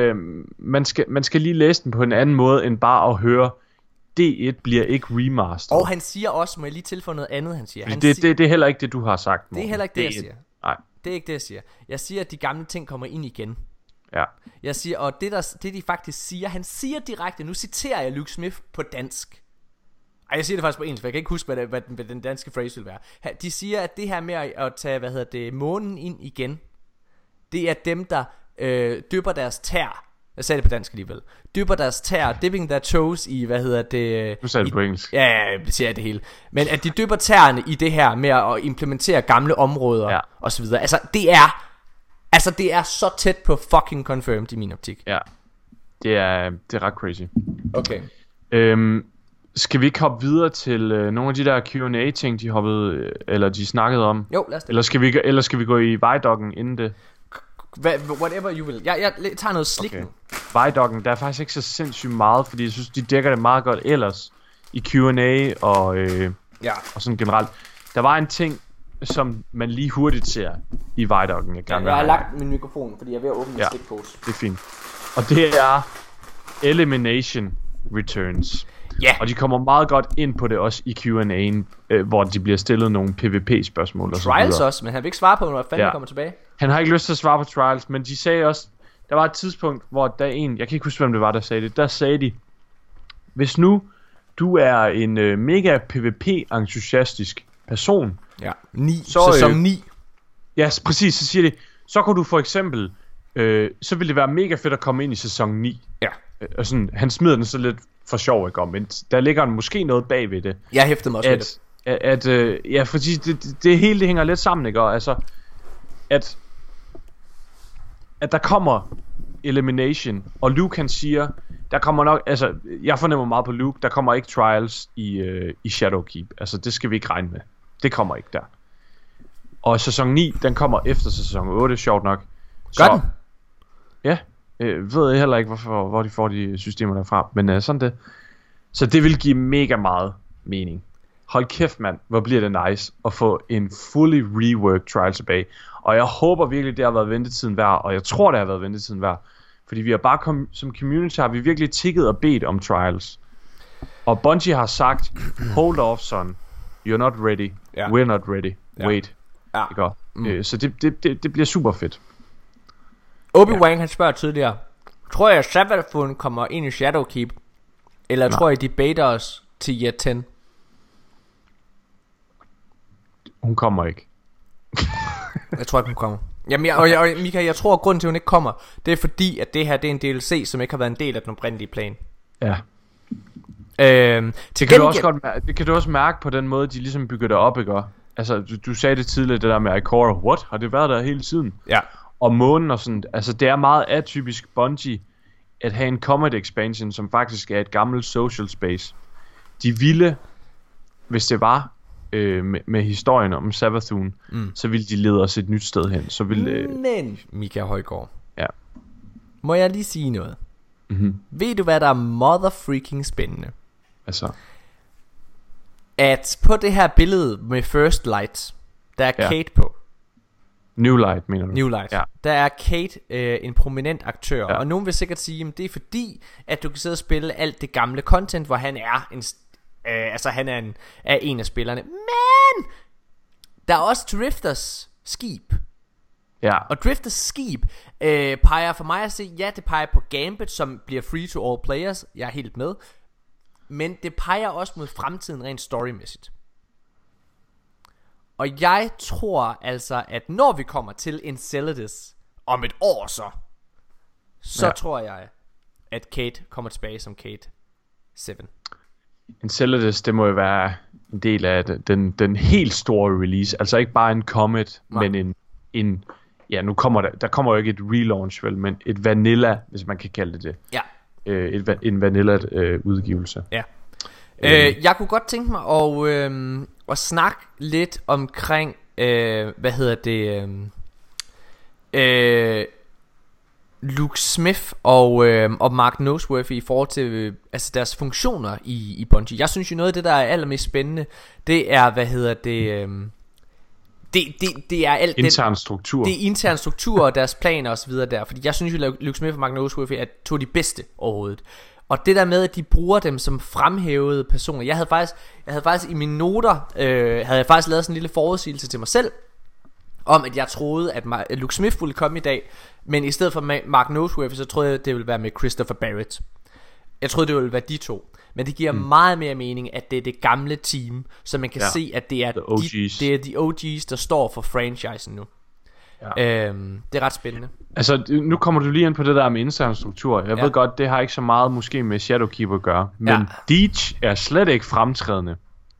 lige læse den på en anden måde, end bare at høre, D1 bliver ikke remasteret. Og han siger også, må jeg lige tilføje noget andet, han siger. Det er heller ikke det, du har sagt, Morten. Det er heller ikke det, jeg siger. Nej. Det er ikke det, jeg siger. Jeg siger, at de gamle ting kommer ind igen. Ja. Jeg siger, og det de faktisk siger, han siger direkte, nu citerer jeg Luke Smith på dansk. Ej, jeg siger det faktisk på engelsk, for jeg kan ikke huske, hvad den danske phrase vil være. De siger, at det her med at tage, månen ind igen, det er dem, der dypper deres tær. Jeg sagde det på dansk alligevel. Dypper deres tær, dipping their toes i, Nu sagde det på engelsk. Ja, jeg siger det hele. Men at de dypper tæerne i det her med at implementere gamle områder og så videre. Altså det er så tæt på fucking confirmed i min optik. Ja. Det er ret crazy. Okay. Skal vi ikke hoppe videre til nogle af de der Q&A ting de snakkede om? Jo, lad os det. Eller skal vi gå i Vejdokken inden det? Whatever you will. Jeg tager noget slik nu. Vejdokken, der er faktisk ikke så sindssygt meget, fordi jeg synes de dækker det meget godt ellers i Q&A og sådan generelt. Der var en ting, som man lige hurtigt ser i Vejdokken. Jeg har lagt min mikrofon, fordi jeg er ved at åbne min slikpose. Det er fint. Og det er Elimination Returns. Ja. Og de kommer meget godt ind på det også i Q&A'en, hvor de bliver stillet nogle PvP-spørgsmål. Trials også, men han vil ikke svare på, når fanden kommer tilbage. Han har ikke lyst til at svare på Trials, men de sagde også, der var et tidspunkt, hvor der jeg kan ikke huske, hvem det var, der sagde det. Der sagde de, hvis nu du er en mega PvP-entusiastisk person. Ja, sæson 9. Ja, præcis, så siger de, så kunne du for eksempel, så ville det være mega fedt at komme ind i sæson 9. Ja. Og sådan, han smider den så lidt for sjov, ikke om, men der ligger måske noget bag ved det. Jeg hæftede mig også lidt. Ja, fordi det hele det hænger lidt sammen, ikke? Og altså, at der kommer Elimination, og Luke han siger, der kommer nok, altså, jeg fornemmer meget på Luke, der kommer ikke Trials i Shadowkeep. Altså, det skal vi ikke regne med. Det kommer ikke der. Og sæson 9, den kommer efter sæson 8, sjovt nok. Gør den? Ja, ved jeg heller ikke, hvor de får de systemer derfra, men sådan det. Så det vil give mega meget mening. Hold kæft, mand, hvor bliver det nice at få en fully reworked Trials tilbage. Og jeg håber virkelig, det har været ventetiden værd, og jeg tror, det har været ventetiden værd. Fordi vi har bare som community, har vi virkelig tikket og bedt om Trials. Og Bungie har sagt, hold off, son. You're not ready. Yeah. We're not ready. Wait. Ja. Så det bliver super fedt. Obi-Wan han spørger tidligere, tror jeg Savathun kommer ind i Shadowkeep, eller tror jeg de baiter os til Year 10? Hun kommer ikke. Jeg tror ikke hun kommer. Jamen, Mika, jeg tror at grunden til hun ikke kommer, det er fordi at det her det er en DLC som ikke har været en del af den oprindelige plan. Ja. Det kan du også mærke på den måde de ligesom bygger det op, ikke? Altså du sagde det tidligere, det der med Ikora. What? Har det været der hele tiden? Ja. Og månen og sådan. Altså det er meget atypisk Bungie at have en Comet expansion, som faktisk er et gammelt social space. De ville, hvis det var med historien om Savathûn, så ville de lede os et nyt sted hen. Så ville, Men, Mika Højgaard, ja. må jeg lige sige noget? Mm-hmm. Ved du hvad der er motherfreaking spændende? Altså, At på det her billede med First Light, der er Kate på. New Light, mener du? New Light. Ja. Der er Kate en prominent aktør, Ja. og nogen vil sikkert sige, at det er fordi, at du kan sidde og spille alt det gamle content, hvor han er er en af spillerne. Men der er også Drifters skib. Ja. Og Drifters skib peger for mig at se, ja, det peger på Gambit, som bliver free to all players. Jeg er helt med. Men det peger også mod fremtiden rent storymæssigt. Og jeg tror altså, at når vi kommer til Enceladus om et år så tror jeg, at Kate kommer tilbage som Kate 7. Enceladus, det må jo være en del af den helt store release. Altså ikke bare en Comet, men en ja, nu kommer der kommer jo ikke et relaunch, vel, men et vanilla, hvis man kan kalde det. Ja. En vanilla udgivelse. Ja. Jeg kunne godt tænke mig at snakke lidt omkring Luke Smith og Mark Noseworthy i forhold til altså deres funktioner i Bungie. Jeg synes jo noget af det der er allermest spændende, det er det er alt intern struktur. Det er intern struktur og deres planer og så videre der, fordi jeg synes jo Luke Smith og Mark Noseworthy er to af de bedste overhovedet. Og det der med at de bruger dem som fremhævede personer. Jeg havde faktisk i mine noter havde jeg faktisk lavet sådan en lille forudsigelse til mig selv om at jeg troede at Luke Smith ville komme i dag, men i stedet for Mark Noseworthy, så troede jeg det ville være med Christopher Barrett. Jeg troede det ville være de to. Men det giver meget mere mening at det er det gamle team, så man kan se at det er de OG's der står for franchisen nu. Ja. Det er ret spændende. Altså nu kommer du lige ind på det der med intern struktur. Jeg ved godt det har ikke så meget måske med Shadowkeeper at gøre, men Deej er slet ikke fremtrædende.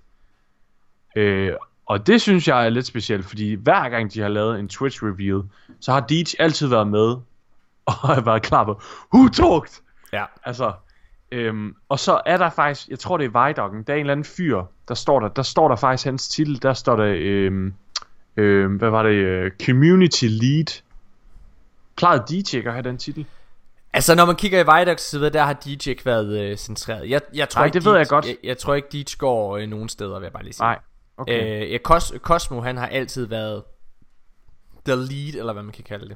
Og det synes jeg er lidt specielt, fordi hver gang de har lavet en Twitch reveal, så har Deej altid været med og har været klar på who talked. Ja. Altså og så er der faktisk, jeg tror det er Vejdokken, der er en eller anden fyr, der står der faktisk hans titel, der står der hvad var det, Community Lead. Plejede Deej ikke at have den titel? Altså når man kigger i Vidox så der har Deej ikke været centreret. Jeg tror nej, ikke det ved jeg godt. Jeg tror ikke Deej går nogen steder, vil jeg bare lige sige. Nej, okay. Cosmo han har altid været the lead, eller hvad man kan kalde det.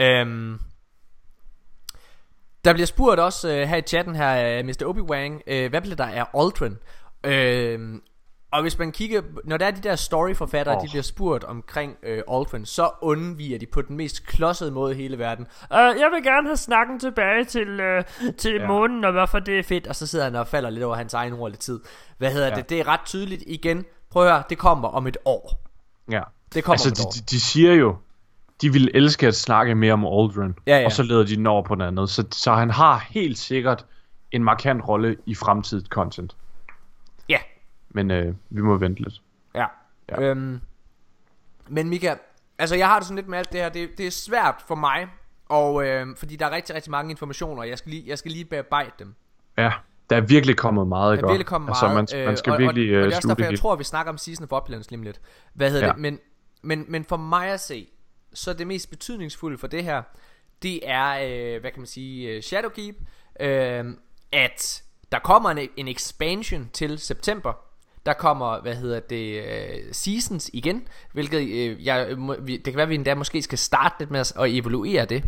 Der bliver spurgt også her i chatten her, Mr. Obi-Wan, hvad bliver der af Aldrin? Og hvis man kigger, når der er de der storyforfattere, de bliver spurgt omkring Aldrin, så undviger de på den mest klodsede måde i hele verden. Jeg vil gerne have snakken tilbage til månen, og hvorfor det er fedt. Og så sidder han og falder lidt over hans egen ord lidt tid. Det? Det er ret tydeligt igen. Prøv at høre, det kommer om et år. Ja. Det kommer altså, om et år. De siger jo, de vil elske at snakke mere om Aldrin, og så leder de den over på den andet. Så han har helt sikkert en markant rolle i fremtidigt content. Ja. Men vi må vente lidt. Ja. Men Mika, altså jeg har det sådan lidt med alt det her. Det er svært for mig, og fordi der er rigtig, rigtig mange informationer, og jeg skal lige bearbejde dem. Ja, der er virkelig kommet meget. Der er virkelig kommet meget. Altså man skal virkelig og det er også derfor, helt. jeg tror, at vi snakker om Season of Opulence lige lidt. Hvad hedder det? Men for mig at se, så det mest betydningsfulde for det her, det er, hvad kan man sige, Shadowkeep, at der kommer en expansion til september. Der kommer, seasons igen, hvilket det kan være, at vi endda måske skal starte lidt med at evaluere det.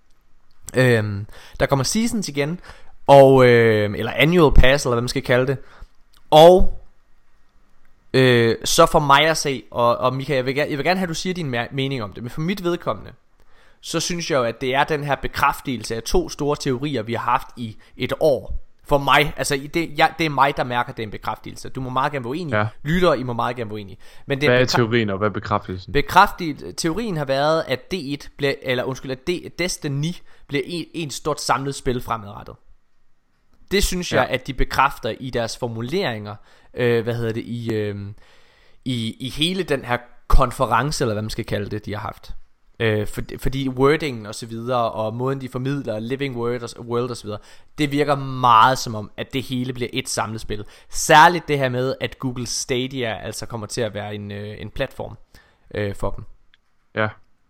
Der kommer seasons igen, og eller annual pass, eller hvad man skal kalde det. Og så for mig at se, og Mika, jeg vil gerne have, at du siger din mening om det, men for mit vedkommende, så synes jeg jo, at det er den her bekræftelse af to store teorier, vi har haft i et år. For mig, altså det er mig, der mærker, at det er en bekræftelse. Du må meget gerne være uenig. Lyttere, I må meget gerne være uenige. Men det hvad er teorien, og hvad er bekræftelsen? Teorien har været, at D1 bliver, at Destiny bliver en stort samlet spil fremadrettet. Det synes jeg, at de bekræfter i deres formuleringer. I hele den her konference, eller hvad man skal kalde det, de har haft. Fordi wordingen og så videre, og måden de formidler living world og så videre, det virker meget som om, at det hele bliver et samlet spil. Særligt det her med, at Google Stadia altså kommer til at være en platform for dem. Ja.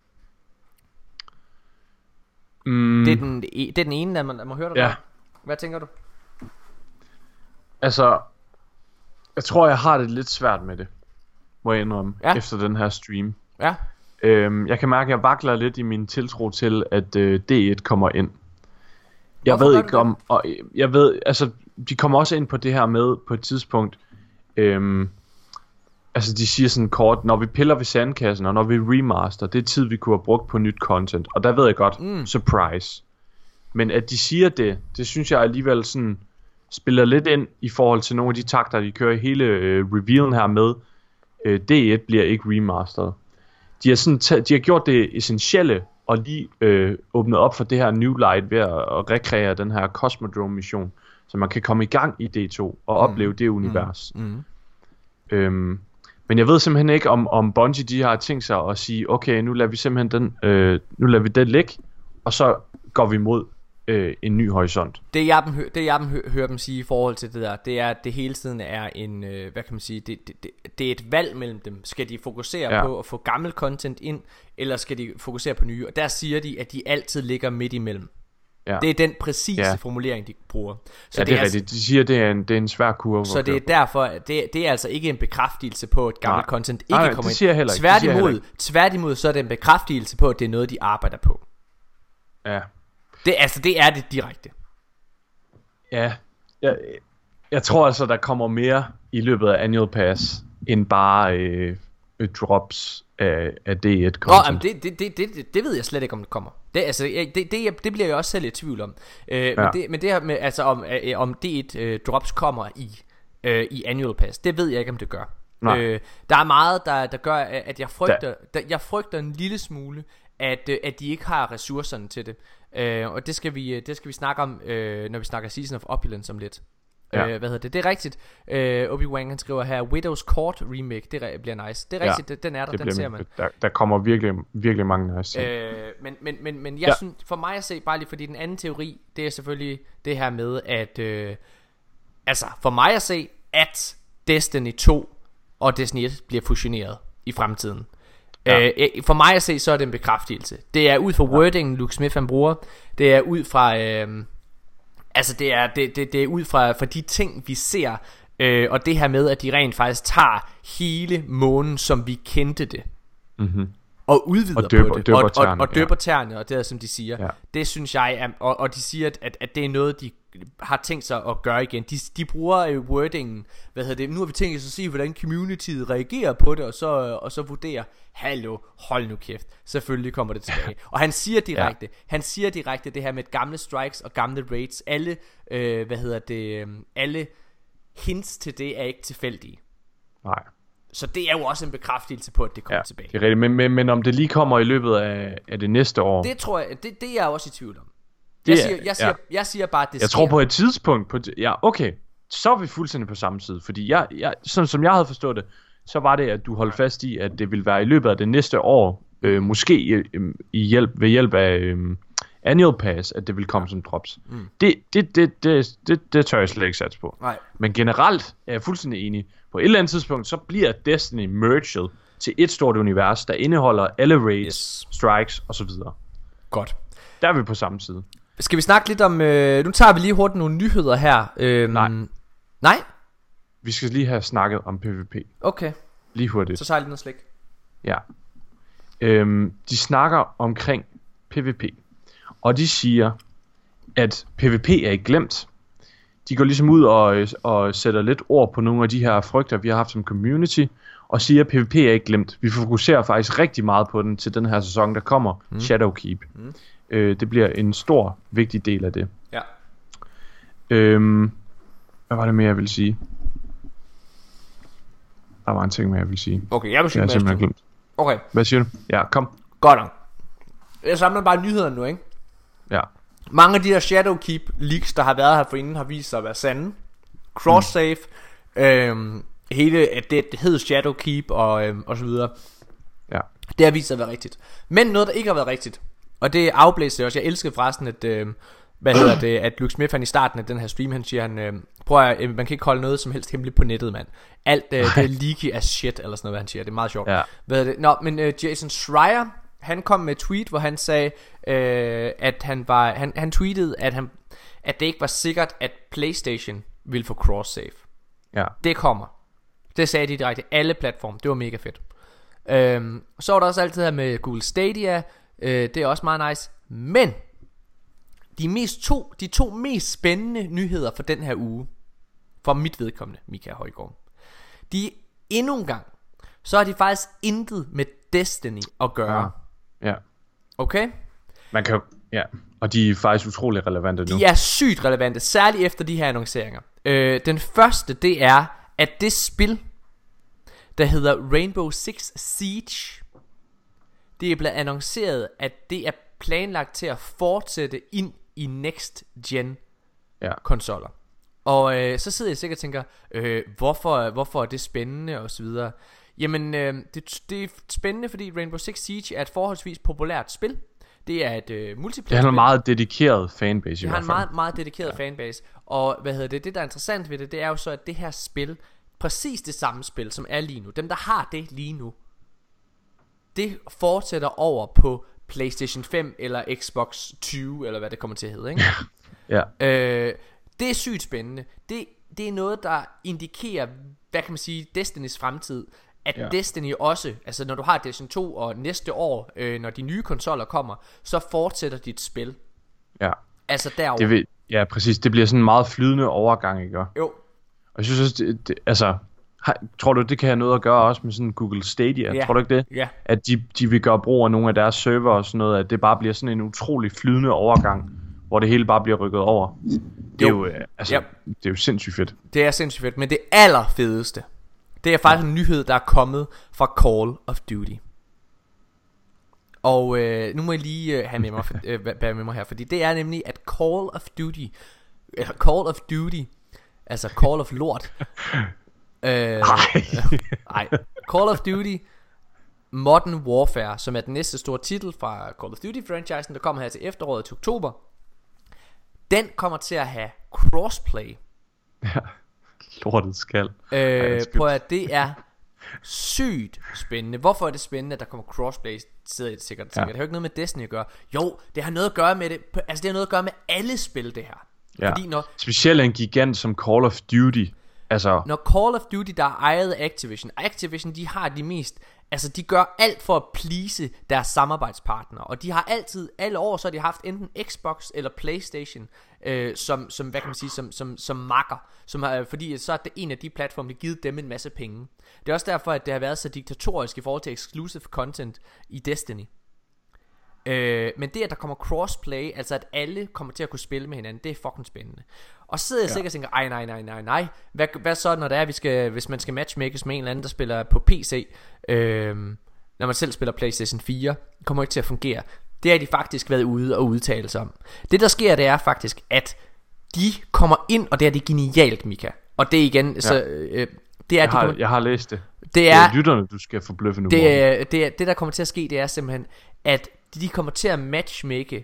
Det er den ene, der man høre dig. Ja. Hvad tænker du? Altså, jeg tror, jeg har det lidt svært med det, må jeg indrømme, efter den her stream. Ja. Jeg kan mærke, at jeg vakler lidt i min tiltro til, at D1 kommer ind. Jeg Hvorfor ved gør ikke du om, og jeg ved, altså, de kommer også ind på det her med på et tidspunkt. Altså, de siger sådan kort, når vi piller ved sandkassen, og når vi remaster, det er tid, vi kunne have brugt på nyt content. Og der ved jeg godt, surprise. Men at de siger det synes jeg alligevel sådan spiller lidt ind i forhold til nogle af de takter, de kører i hele revealen her med. D1 bliver ikke remasteret. De har gjort det essentielle og lige åbnet op for det her New Light ved at rekreere den her Cosmodrome mission, så man kan komme i gang i D2 og opleve det univers. Men jeg ved simpelthen ikke om Bungie de har tænkt sig at sige, okay, nu lader vi simpelthen den ligge, og så går vi mod en ny horisont. Det jeg hører dem sige i forhold til det der, det er, at det hele tiden er en, hvad kan man sige, det er et valg mellem dem. Skal de fokusere på at få gammel content ind, eller skal de fokusere på nye? Og der siger de, at de altid ligger midt imellem. Ja. Det er den præcise formulering, de bruger. Så det er rigtigt. De siger, det er en svær kurve. Så det er derfor, det er altså ikke en bekræftelse på, at gammel content ikke kommer ind. Siger heller ikke. Tværtimod, så er det en bekræftelse på, at det er noget, de arbejder på. Ja. Det er det direkte. Ja. Jeg tror altså, der kommer mere i løbet af Annual Pass, end bare drops af D1 content. Det ved jeg slet ikke, om det kommer. Det bliver jeg også selv i tvivl om. Men det her med, altså om D1 drops kommer i Annual Pass, det ved jeg ikke, om det gør. Der er meget, der gør, at jeg frygter en lille smule, at de ikke har ressourcerne til det. Og det skal vi snakke om, når vi snakker Season of Opulence om lidt. Hvad hedder det? Det er rigtigt. Obi-Wan han skriver her, Widow's Court remake, det bliver nice. Det er rigtigt, den er der, den ser man. Der kommer virkelig, virkelig mange nice. Men jeg synes, for mig at se, bare lige fordi den anden teori, det er selvfølgelig det her med, at altså for mig at se, at Destiny 2 og Destiny 1 bliver fusioneret i fremtiden. For mig at se, så er det en bekræftelse. Det er ud fra wordingen Luke Smith han bruger. Det er ud fra altså det er ud fra de ting vi ser, og det her med at de rent faktisk tager hele månen som vi kendte det, og udvider på det og døber tæerne, og det er som de siger. Det synes jeg er, og de siger at det er noget de har tænkt sig at gøre igen. De bruger wordingen, nu har vi tænkt os at se hvordan communityet reagerer på det, og så vurdere. Hallo, hold nu kæft. Selvfølgelig kommer det tilbage. Og han siger direkte det her med gamle strikes og gamle raids. Alle alle hints til det er ikke tilfældige. Nej. Så det er jo også en bekræftelse på, at det kommer tilbage. Det er rigtigt, men om det lige kommer i løbet af det næste år. Det tror jeg, det er jeg også i tvivl om. Jeg siger bare, at det jeg sker. Tror på et tidspunkt okay, så er vi fuldstændig på samme side. Fordi jeg sådan som jeg havde forstået det, så var det, at du holdt fast i, at det ville være i løbet af det næste år, måske ved hjælp af Annual Pass, at det vil komme som drops. Det tør jeg slet ikke satse på. Nej. Men generelt er jeg fuldstændig enig. På et eller andet tidspunkt, så bliver Destiny merged til et stort univers, der indeholder alle raids, strikes og så videre. Godt. Der er vi på samme side. Skal vi snakke lidt om... nu tager vi lige hurtigt nogle nyheder her. Nej? Vi skal lige have snakket om PvP. Okay. Lige hurtigt. Så tager jeg lige noget slik. Ja. De snakker omkring PvP. Og de siger, at PvP er ikke glemt. De går ligesom ud og sætter lidt ord på nogle af de her frygter, vi har haft som community, og siger, at PvP er ikke glemt. Vi fokuserer faktisk rigtig meget på den til den her sæson, der kommer, Shadowkeep. Det bliver en stor, vigtig del af det. Ja. Hvad var det mere, jeg ville sige? Der var en ting mere, jeg ville sige. Okay, jeg vil sige simpelthen glemt. Okay. Hvad siger du? Ja, kom. Godt nok. Jeg samler bare nyhederne nu, ikke? Ja. Mange af de her Shadowkeep leaks, der har været her forinden, har vist sig at være sande. Cross-save, hele, at det hed Shadowkeep og så videre. Ja. Det har vist sig at være rigtigt. Men noget der ikke har været rigtigt, og det afblæste også. Jeg elskede forresten at at Luke Smith han i starten af den her stream, han siger prøv at, man kan ikke holde noget som helst hemmeligt på nettet, mand. Alt det er leaky as shit eller sådan noget, hvad han siger. Det er meget sjovt. Ja. Nå, men Jason Schreier, han kom med et tweet, hvor han sagde at han tweetede at det ikke var sikkert at PlayStation ville få cross save. Ja. Det kommer. Det sagde de direkte alle platforme. Det var mega fedt. Så var der også altid her med Google Stadia. Det er også meget nice. Men de to mest spændende nyheder for den her uge, for mit vedkommende, Mika Højgaard, de endnu en gang, så har de faktisk intet med Destiny at gøre. Ja. Okay? Man kan, ja. Og de er faktisk utrolig relevante nu. De er sygt relevante, særligt efter de her annonceringer. Den første, det er, at det spil, der hedder Rainbow Six Siege, det er blevet annonceret, at det er planlagt til at fortsætte ind i next gen konsoller. Og så sidder jeg sikkert og tænker, hvorfor er det spændende og så videre. Jamen det er spændende, fordi Rainbow Six Siege er et forholdsvis populært spil. Det er et multiplayer. Det har en meget dedikeret fanbase. Det har en meget, meget dedikeret fanbase. Og det der er interessant ved det, det er jo så, at det her spil, præcis det samme spil som er lige nu, dem der har det lige nu, det fortsætter over på PlayStation 5 eller Xbox 20, eller hvad det kommer til at hedde, ikke? Ja. Det er sygt spændende. Det er noget der indikerer, hvad kan man sige, Destinys fremtid. At Destiny også, altså når du har Destiny 2 og næste år, når de nye konsoller kommer, så fortsætter dit spil. Ja. Altså derovre. Ja, præcis. Det bliver sådan en meget flydende overgang, ikke? Jo. Og jeg synes også, tror du, det kan have noget at gøre også med sådan Google Stadia? Ja. Tror du ikke det? Ja. At de vil gøre brug af nogle af deres server og sådan noget, at det bare bliver sådan en utrolig flydende overgang, hvor det hele bare bliver rykket over. Det er jo, det er jo sindssygt fedt. Det er sindssygt fedt, men det allerfedeste, det er faktisk en nyhed, der er kommet fra Call of Duty. Og nu må jeg lige have med mig, bære med mig her, fordi det er nemlig, at Call of Duty, altså Call of Lort, nej, Call of Duty Modern Warfare, som er den næste store titel fra Call of Duty-franchisen, der kommer her til efteråret til oktober, den kommer til at have crossplay. Ja, lortet skal. Prøv at det er sygt spændende. Hvorfor er det spændende, at der kommer crossplay? Sidder jeg sikkert og tænker. Det har jo ikke noget med Destiny at gøre. Jo, det har noget at gøre med det. Altså det har noget at gøre med alle spil, det her. Ja. Fordi specielt en gigant som Call of Duty. Altså når Call of Duty, der er ejet af Activision, de har de mest, altså de gør alt for at please deres samarbejdspartnere. Og de har altid, alle år, så har de haft enten Xbox eller PlayStation som hvad kan man sige, som makker, fordi så er det en af de platforme, der har givet dem en masse penge. Det er også derfor, at det har været så diktatorisk i forhold til exclusive content i Destiny. Men det at der kommer crossplay, altså at alle kommer til at kunne spille med hinanden, det er fucking spændende. Og så sidder jeg sikkert og tænker, nej, hvad så når det er, hvis man skal matchmakes med en eller anden, der spiller på PC, når man selv spiller PlayStation 4, kommer ikke til at fungere. Det har de faktisk været ude og udtale sig om. Det der sker, det er faktisk, at de kommer ind, og det er det genialt, Mika. Og det er igen, det er jeg har læst det. Det er lytterne, du skal forbløffe nu. Det der kommer til at ske, det er simpelthen, at de kommer til at matchmake,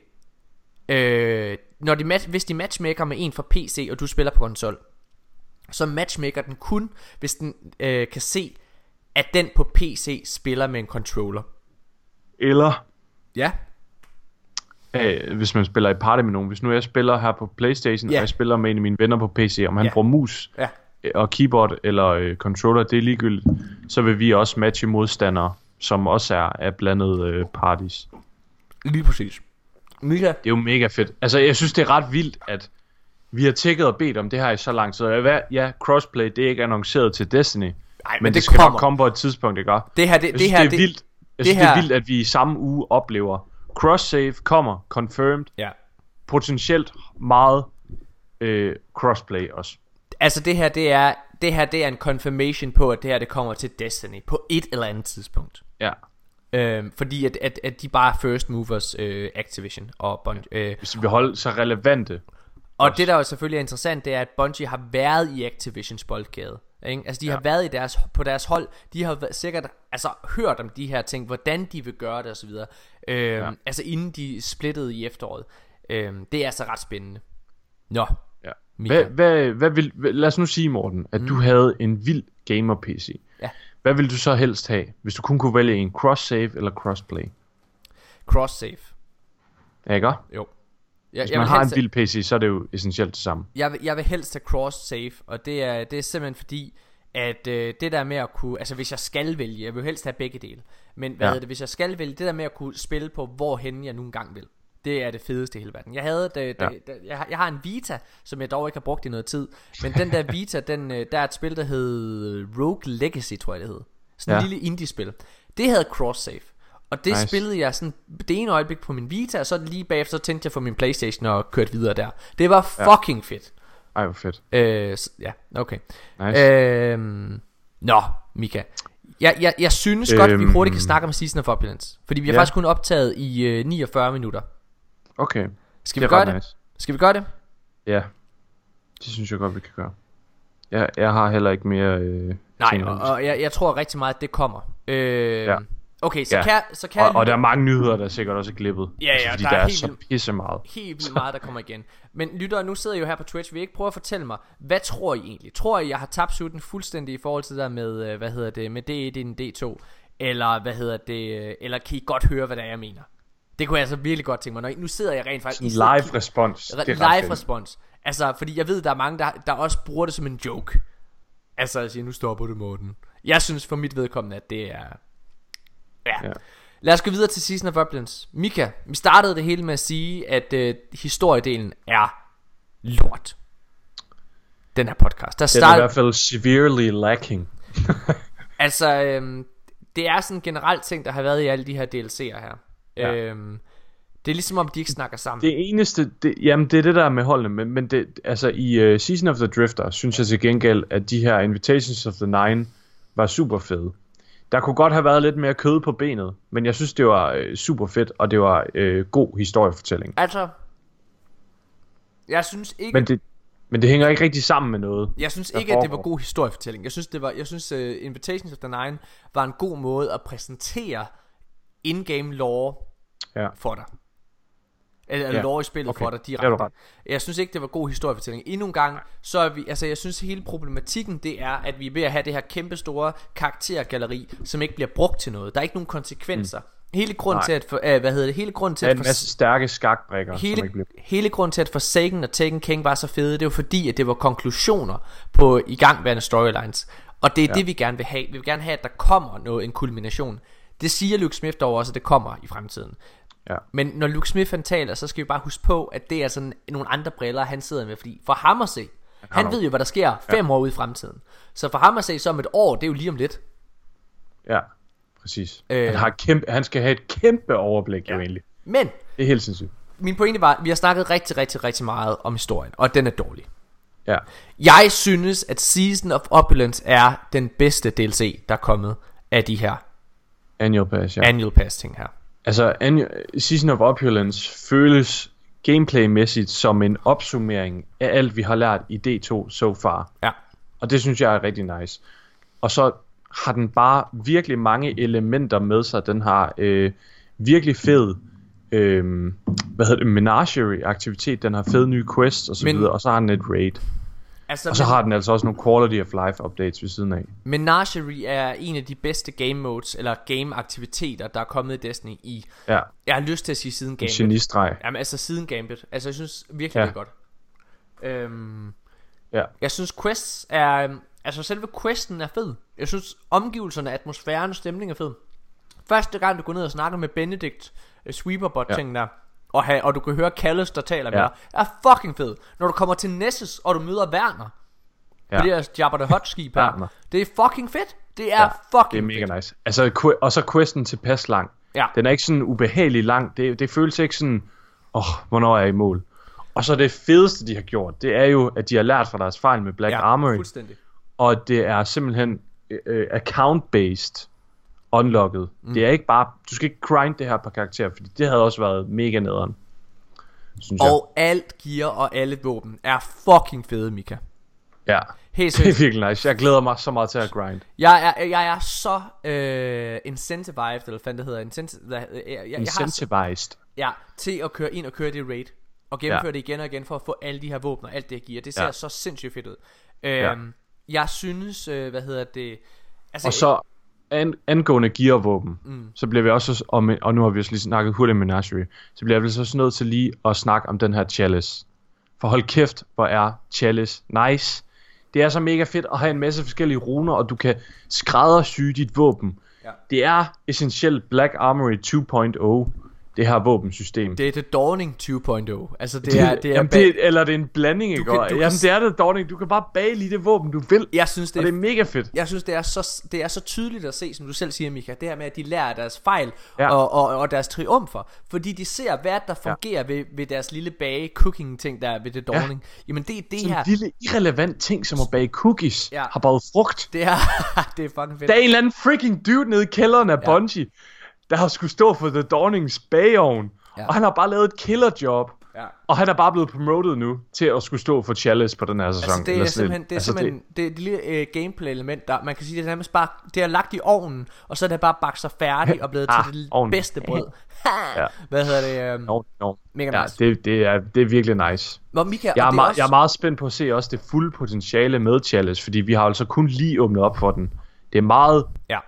hvis de matchmaker med en fra PC, og du spiller på konsol, så matchmaker den kun, hvis den kan se, at den på PC spiller med en controller. Eller hvis man spiller i party med nogen. Hvis nu jeg spiller her på PlayStation, og jeg spiller med en af mine venner på PC, om han bruger mus og keyboard eller controller, det er ligegyldigt, så vil vi også matche modstandere, som også er blandede parties. Lige præcis. Mika? Det er jo mega fedt. Altså jeg synes det er ret vildt, at vi har tækket og bedt om det her i så lang tid. Ja, crossplay, det er ikke annonceret til Destiny. Nej, men det skal nok komme på et tidspunkt, ikke? Det er vildt. Jeg synes det er vildt, at vi i samme uge oplever cross-save kommer confirmed. Ja. Potentielt meget crossplay også. Altså det her er en confirmation på, at det her det kommer til Destiny på et eller andet tidspunkt. Ja. Fordi at de bare er first movers, Activision og Bungie. Hvis de vil holde sig relevante. Og også. Det der jo selvfølgelig er interessant, det er at Bungie har været i Activisions boldgade ikke? Altså de har været på deres hold. De har sikkert hørt om de her ting, hvordan de vil gøre det og så videre. Altså inden de splittede i efteråret. Det er altså ret spændende. Nå. Ja. Hvad vil, lad os nu sige, Morten, at du havde en vild gamer PC. Ja. Hvad vil du så helst have, hvis du kun kunne vælge en cross-save eller crossplay? Cross-save. Ja, ikke? Jo. Hvis man har en vild PC, så er det jo essentielt det samme. Jeg vil helst have cross-save, og det er simpelthen fordi, at det der med at kunne, altså hvis jeg skal vælge, jeg vil helst have begge dele. Men hvis jeg skal vælge, det der med at kunne spille på, hvorhen jeg nu engang vil. Det er det fedeste i hele verden. Jeg har en Vita, som jeg dog ikke har brugt i noget tid. Men den der Vita, der er et spil, der hed Rogue Legacy, tror jeg det hed. Sådan en lille indie-spil. Det havde cross-save. Og det spillede jeg sådan det ene øjeblik på min Vita, og så lige bagefter så tændte jeg for min PlayStation og kørte videre der. Det var fucking fedt. Ej, hvor fedt. Ja, okay. Nice. Nå, Mika. Jeg synes godt, at vi hurtigt kan snakke om Season of Opulence. Fordi vi har faktisk kun optaget i 49 minutter. Okay. Skal vi gøre det? Nice. Skal vi gøre det? Ja. Det synes jeg godt, vi kan gøre. Jeg har heller ikke mere nej, og jeg tror rigtig meget, at det kommer. Okay, så kan og der er mange nyheder, der sikkert også er glippet. Ja, fordi der er så pisse meget. Helt vildt meget, der kommer igen. Men lyttere, nu sidder jeg jo her på Twitch. Vil I ikke prøve at fortælle mig, hvad tror I egentlig? Tror I, jeg har tabt sutten fuldstændig i forhold til det der med, med D1 i en D2? Eller, eller kan I godt høre, hvad det er, jeg mener? Det kunne jeg altså virkelig godt tænke mig. Nu sidder jeg rent faktisk i live respons. Live respons. Altså, fordi jeg ved, der er mange, der også bruger det som en joke. Altså, jeg siger, nu stopper det, Morten. Jeg synes for mit vedkommende, at det er... Ja. Lad os gå videre til Season of Opulence. Mika, vi startede det hele med at sige, at historiedelen er lort. Den her podcast. Det er i hvert fald severely lacking. Altså, det er sådan en generelt ting, der har været i alle de her DLC'er her. Det er ligesom om de ikke snakker sammen. Det eneste, jamen det er det der med holdene. Men det, altså i Season of the Drifter synes jeg til gengæld, at de her Invitations of the Nine var super fede. Der kunne godt have været lidt mere kød på benet, men jeg synes det var super fedt, og det var god historiefortælling. Altså, jeg synes ikke... Men det hænger ikke rigtig sammen med noget. Jeg synes ikke, at det var god historiefortælling. Jeg synes Invitations of the Nine var en god måde at præsentere in-game lore for dig. Eller lore i spillet for dig direkte. Jeg synes ikke, det var god historiefortælling. Endnu en gang, så er vi, altså jeg synes hele problematikken, det er, at vi er ved at have det her kæmpe store karaktergalleri, som ikke bliver brugt til noget. Der er ikke nogen konsekvenser. Hele grunden til at hele grunden til en masse stærke skakbrækker. Hele grunden til at Forsaken og Taken King var så fede, det var fordi at det var konklusioner på igangværende storylines. Og det er det vi gerne vil have. Vi vil gerne have, at der kommer en kulmination. Det siger Luke Smith dog også, at det kommer i fremtiden. Ja. Men når Luke Smith han taler, så skal vi bare huske på, at det er sådan nogle andre briller han sidder med. Fordi for ham at se, han ved jo hvad der sker 5 år ude i fremtiden. Så for ham at se, så om et år, det er jo lige om lidt. Ja, præcis. Han skal have et kæmpe overblik jo egentlig. Men det er helt sindssygt. Min pointe var, at vi har snakket rigtig meget om historien, og den er dårlig. Ja. Jeg synes at Season of Opulence er den bedste DLC der er kommet af de her Annual Pass ting her. Altså Season of Opulence føles gameplaymæssigt som en opsummering af alt vi har lært i D2 so far. Ja. Og det synes jeg er rigtig nice. Og så har den bare virkelig mange elementer med sig. Den har virkelig fed menagerie aktivitet. Den har fede nye quests og så videre. Og så har den et raid. Altså, og så har den altså også nogle quality of life updates ved siden af. Menagerie er en af de bedste game modes eller game aktiviteter der er kommet i Destiny i. Ja. Jeg har lyst til at sige siden Gambit. Genistreg. Jamen altså siden Gambit. Altså jeg synes virkelig det er godt. Jeg synes quests er altså selve questen er fed. Jeg synes omgivelserne, atmosfæren og stemningen er fed. Første gang du går ned og snakker med Benedict Sweeperbot ting der, og du kan høre Callus der taler med dig, er fucking fed. Når du kommer til Nessus og du møder Werner på det her Jabba the Hutt skib her, det er fucking fedt. Det er fucking det er mega nice. Altså og så questen tilpas lang. Den er ikke sådan ubehagelig lang. Det føles ikke sådan hvornår er jeg i mål. Og så det fedeste de har gjort, det er jo at de har lært fra deres fejl med Black Armory. Fuldstændig. Og det er simpelthen account-based unlocket. Det er ikke bare, du skal ikke grind det her på karakter, fordi det havde også været mega nederen, synes jeg. Og alt gear og alle våben er fucking fede, Mika. Ja, Helt det er seriøst. virkelig nice. Jeg glæder mig så meget til at grind. Jeg er så incentivized, eller hvad fanden det hedder, Incentivized. ja, til at køre ind og køre det raid og gennemføre det igen og igen for at få alle de her våben og alt det giver. Det ser så sindssygt fedt ud. Jeg synes, altså, Og så angående gearvåben, så bliver vi også, og nu har vi også lige snakket hurtigt med Menagerie, så bliver vi så også nødt til lige at snakke om den her Chalice. For hold kæft, hvor er Chalice nice. Det er så mega fedt at have en masse forskellige runer, og du kan skræddersy dit våben. Ja. Det er essentielt Black Armory 2.0, det her våbensystem. det er The Dawning 2.0. Altså eller det er en blanding, ikke? Jamen det er The Dawning. Du kan bare bage lige det våben du vil. Jeg synes det er mega fedt. Jeg synes det er så tydeligt at se, som du selv siger, Mika, det her med at de lærer deres fejl og deres triumfer, fordi de ser hvad der fungerer ved deres lille bage cooking ting der ved The Dawning. Jamen det er det sådan her. En lille irrelevant ting som at bage cookies har bare frugt. Det er det er fucking fedt. Der er en eller anden freaking dude nede i kælderen af Bungie, der har skulle stå for The Dawnings bageovn, og han har bare lavet et killer job, og han er bare blevet promoted nu til at skulle stå for Chalice på den her sæson. Altså det er simpelthen det lille gameplay element der man kan sige det er nærmest bare det er lagt i ovnen, og så er det bare bagt sig færdig og blevet til det bedste brød. Hvad hedder det? Mega nice. Det er virkelig nice. Jeg er meget spændt på at se også det fulde potentiale med Chalice, fordi vi har altså kun lige åbnet op for den. Det er meget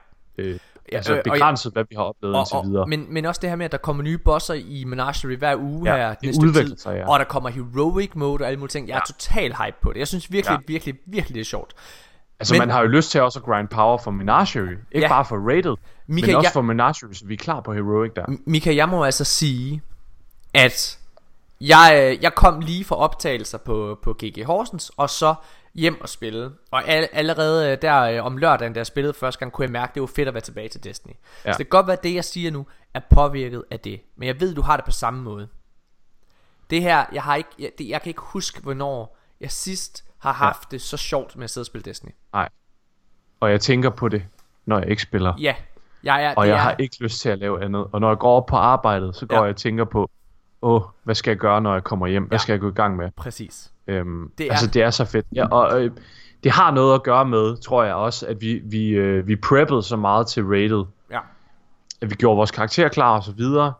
altså begrænset, hvad vi har oplevet indtil videre. Men også det her med, at der kommer nye bosser i Menagerie hver uge her næste tid, sig, og der kommer heroic mode og alle mulige ting. Jeg er total hype på det. Jeg synes virkelig, virkelig det er sjovt. Altså man har jo lyst til også at grind power for Menagerie. Ikke bare for rated, men også for Menagerie, så vi er klar på heroic der. Mika, jeg må altså sige, at jeg kom lige fra optagelser på GG Horsens, og så hjem og spille. Og allerede der om lørdagen, da jeg spillede første gang, kunne jeg mærke, at det var fedt at være tilbage til Destiny. Så det kan godt være, at det jeg siger nu er påvirket af det. Men jeg ved, du har det på samme måde. Det her, jeg kan ikke huske, hvornår jeg sidst har haft det så sjovt med at sidde og spille Destiny. Nej. Og jeg tænker på det, når jeg ikke spiller. Ja. Jeg har ikke lyst til at lave andet. Og når jeg går op på arbejdet, så går jeg og tænker på, hvad skal jeg gøre, når jeg kommer hjem? Hvad skal jeg gå i gang med? Præcis. Det er så fedt. Ja, og det har noget at gøre med, tror jeg også, at vi preppede så meget til rated. Ja. At vi gjorde vores karakter klar og så videre.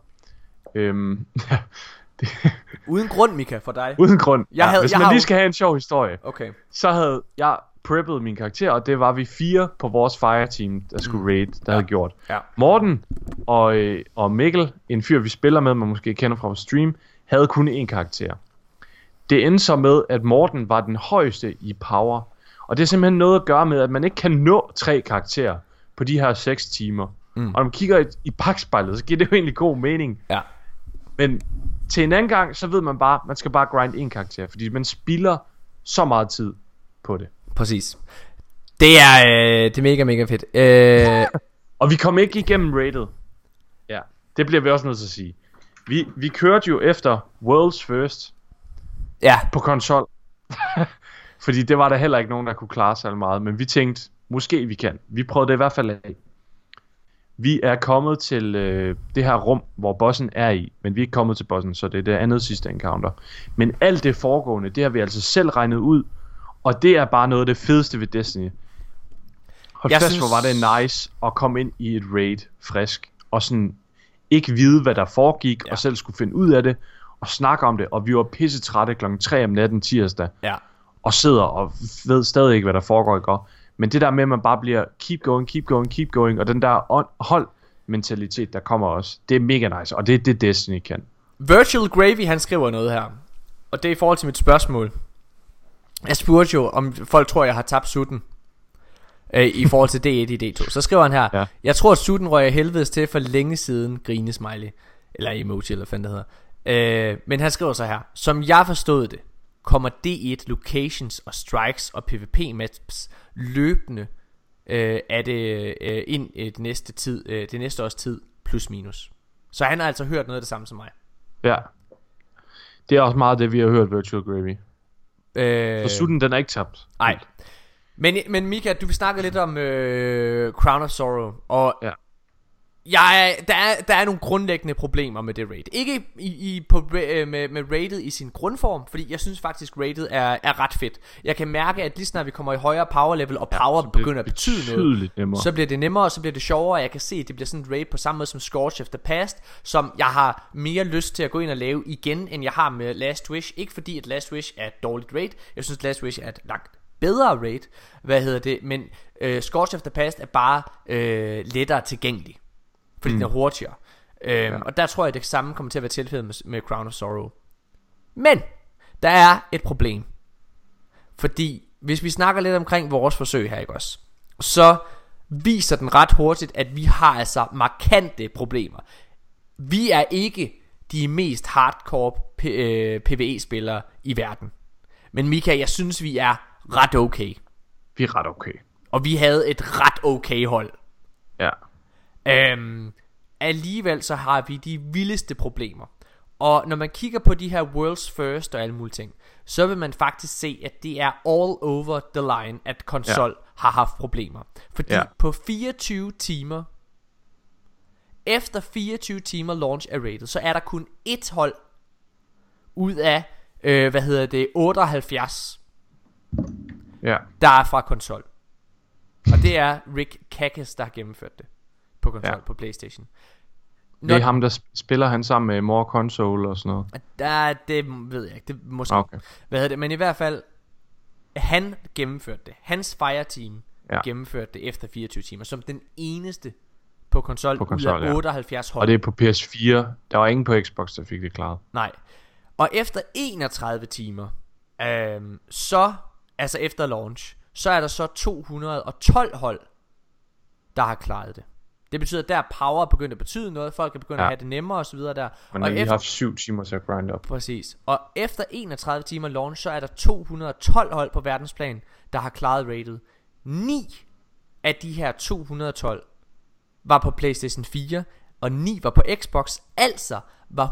Uden grund, Mika, for dig. Uden grund. Hvis man lige skal have en sjov historie, så havde jeg preppet min karakter, og det var vi 4 på vores fireteam, der skulle raid, der havde gjort. Ja. Morten og Mikkel, en fyr vi spiller med, man måske kender fra vores stream, havde kun én karakter. Det endte så med, at Morten var den højeste i power. Og det er simpelthen noget at gøre med, at man ikke kan nå 3 karakterer på de her 6 timer. Og når man kigger i bagspejlet, så giver det jo egentlig god mening. Ja. Men til en anden gang, så ved man bare, man skal bare grind en karakter, fordi man spilder så meget tid på det. Præcis. Det er mega, mega fedt. Og vi kom ikke igennem rated. Ja, det bliver vi også nødt til at sige. Vi kørte jo efter World's First. Ja. På konsol. Fordi det var der heller ikke nogen, der kunne klare sig meget. Men vi tænkte, måske vi kan. Vi prøvede det i hvert fald af. Vi er kommet til det her rum, hvor bossen er i. Men vi er ikke kommet til bossen, så det er det andet sidste encounter. Men alt det foregående, det har vi altså selv regnet ud. Og det er bare noget af det fedeste ved Destiny. Hold fast, hvor var det nice at komme ind i et raid frisk. Og sådan ikke vide, hvad der foregik, og selv skulle finde ud af det. Og snakke om det, og vi var pissetrætte klokken 3 om natten tirsdag. Ja. Og sidder og ved stadig ikke, hvad der foregår i går. Men det der med, at man bare bliver keep going, keep going, keep going, og den der hold-mentalitet, der kommer også, det er mega nice, og det er det Destiny kan. Virtual Gravy, han skriver noget her, og det er i forhold til mit spørgsmål. Jeg spurgte jo, om folk tror, jeg har tabt sutten i forhold til D1 i D2. Så skriver han her, jeg tror, at sutten røg af helvedes til for længe siden, grinesmiley, eller emoji, eller hvad fanden det hedder. Men han skriver så her, som jeg forstod det, kommer D1 locations og strikes og PvP maps løbende af det ind det næste års tid plus minus. Så han har altså hørt noget af det samme som mig. Ja. Det er også meget det vi har hørt Virtual Gravy. For sutten den er ikke tabt. Nej. Men Mika, du vil snakke lidt om Crown of Sorrow. Og Der er nogle grundlæggende problemer med det raid. Ikke med raidet i sin grundform, fordi jeg synes faktisk rated er ret fedt. Jeg kan mærke, at lige snart vi kommer i højere power level, og power begynder at betyde noget, nemmere. så bliver det nemmere, og så bliver det sjovere. Jeg kan se, at det bliver sådan et raid på samme måde som Scorch of the Past, som jeg har mere lyst til at gå ind og lave igen, end jeg har med Last Wish. Ikke fordi at Last Wish er et dårligt raid. Jeg synes Last Wish er et langt bedre raid. Men Scorch of the Past er bare lettere tilgængelig, fordi den er hurtigere. Og der tror jeg, det samme kommer til at være tilfældet med Crown of Sorrow. Men der er et problem. Fordi hvis vi snakker lidt omkring vores forsøg her, ikke også, så viser den ret hurtigt, at vi har altså markante problemer. Vi er ikke de mest hardcore PvE-spillere i verden. Men Mika, jeg synes vi er ret okay. Vi er ret okay. Og vi havde et ret okay hold. Ja. Alligevel så har vi de vildeste problemer. Og når man kigger på de her World's First og alle mulige ting, så vil man faktisk se, at det er all over the line, at konsol har haft problemer. Fordi på 24 timer, efter 24 timer launch af rated, så er der kun ét hold ud af 78, der er fra konsol. Og det er Rick Kackes, der har gennemført det på konsol, på PlayStation. Det er ham, der spiller han sammen med More Console og sådan noget. Det ved jeg ikke. Det måske. Okay. Men i hvert fald, han gennemførte det. Hans Fireteam gennemførte det efter 24 timer, som den eneste på konsol ud af 78 hold. Og det er på PS4. Der var ingen på Xbox, der fik det klaret. Nej. Og efter 31 timer, så, altså efter launch, så er der så 212 hold, der har klaret det. Det betyder, at der power begyndt at betyde noget. Folk er begyndt at have det nemmere og så videre der. Men har lige haft 7 timer til at grind op. Præcis. Og efter 31 timer launch, så er der 212 hold på verdensplan, der har klaret rated. 9 af de her 212 var på PlayStation 4, og 9 var på Xbox. Altså var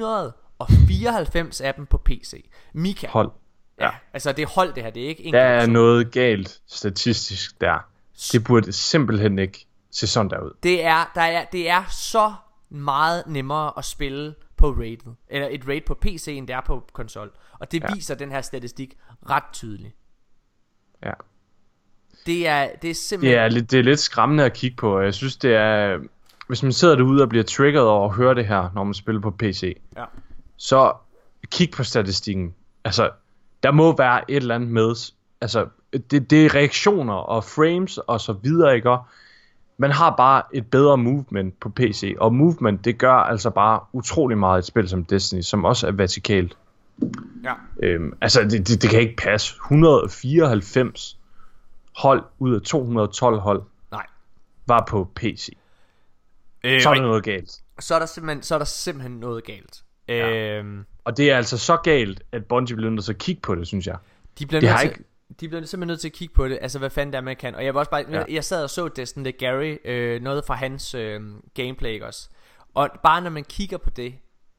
194 af dem på PC. Mika. Hold. Ja, altså det er hold det her, det er ikke der er noget galt statistisk der. Det burde simpelthen ikke se sådan der ud. Det er så meget nemmere at spille på rated, eller et raid på PC, end det er på konsol. Og det viser den her statistik ret tydeligt. Ja. Det er simpelthen det er lidt skræmmende at kigge på. Jeg synes det er, hvis man sidder derude og bliver triggeret over at høre det her, når man spiller på PC, så kig på statistikken. Altså der må være et eller andet med, altså det er reaktioner og frames og så videre, ikke? Man har bare et bedre movement på PC, og movement, det gør altså bare utrolig meget et spil som Destiny, som også er vertikalt. Ja. Altså det kan ikke passe. 194 hold ud af 212 hold var på PC. Så er der noget galt. Så er der simpelthen noget galt. Og det er altså så galt, at Bungie bliver nødt til at kigge på det, synes jeg. De bliver simpelthen nødt til at kigge på det. Altså hvad fanden der man kan. Og jeg var også bare jeg sad og så Destiny Gary, noget fra hans gameplay, ikke også. Og bare når man kigger på det,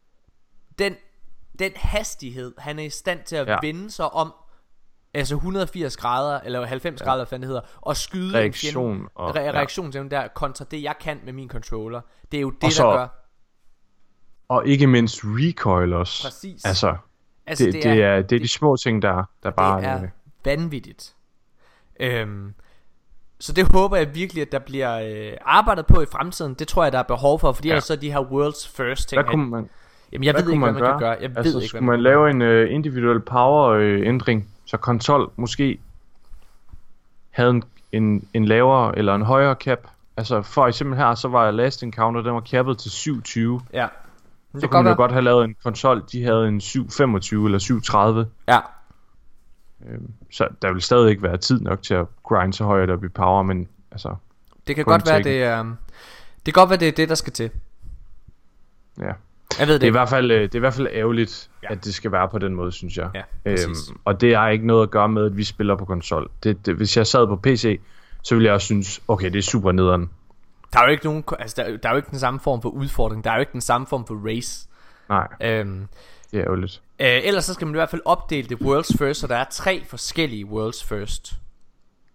den hastighed han er i stand til at vende sig om, altså 180 grader eller 90 grader, hvad fanden det hedder, og skyde reaktion til dem der kontra det jeg kan med min controller. Det er jo det der gør. Og ikke mindst recoil også. Præcis. Altså det er de små ting der bare er vanvittigt. Så det håber jeg virkelig, at der bliver arbejdet på i fremtiden. Det tror jeg der er behov for, fordi ellers så de her world's first ting. Jamen jeg ved ikke hvad man kan gøre. Jeg ved ikke, skulle man lave en individuel power ændring, så konsol måske havde en lavere eller en højere cap. Altså for eksempel her, så var last encounter, den var cappet til 720. Ja. Så kunne man jo godt have lavet en konsol, de havde en 725 eller 730. Ja. Så der vil stadig ikke være tid nok til at grind så højt op i power, men altså det kan godt være det er det der skal til. Ja. Jeg ved det. Det er i hvert fald ærgerligt, at det skal være på den måde, synes jeg. Ja, og det har ikke noget at gøre med, at vi spiller på konsol. Hvis jeg sad på PC, så ville jeg også synes, okay, det er super nederen. Der er jo ikke nogen, altså der er jo ikke den samme form for udfordring. Der er jo ikke den samme form for race. Nej. Det er ærgerligt. Ellers så skal man i hvert fald opdele det World's First, så der er 3 forskellige World's First.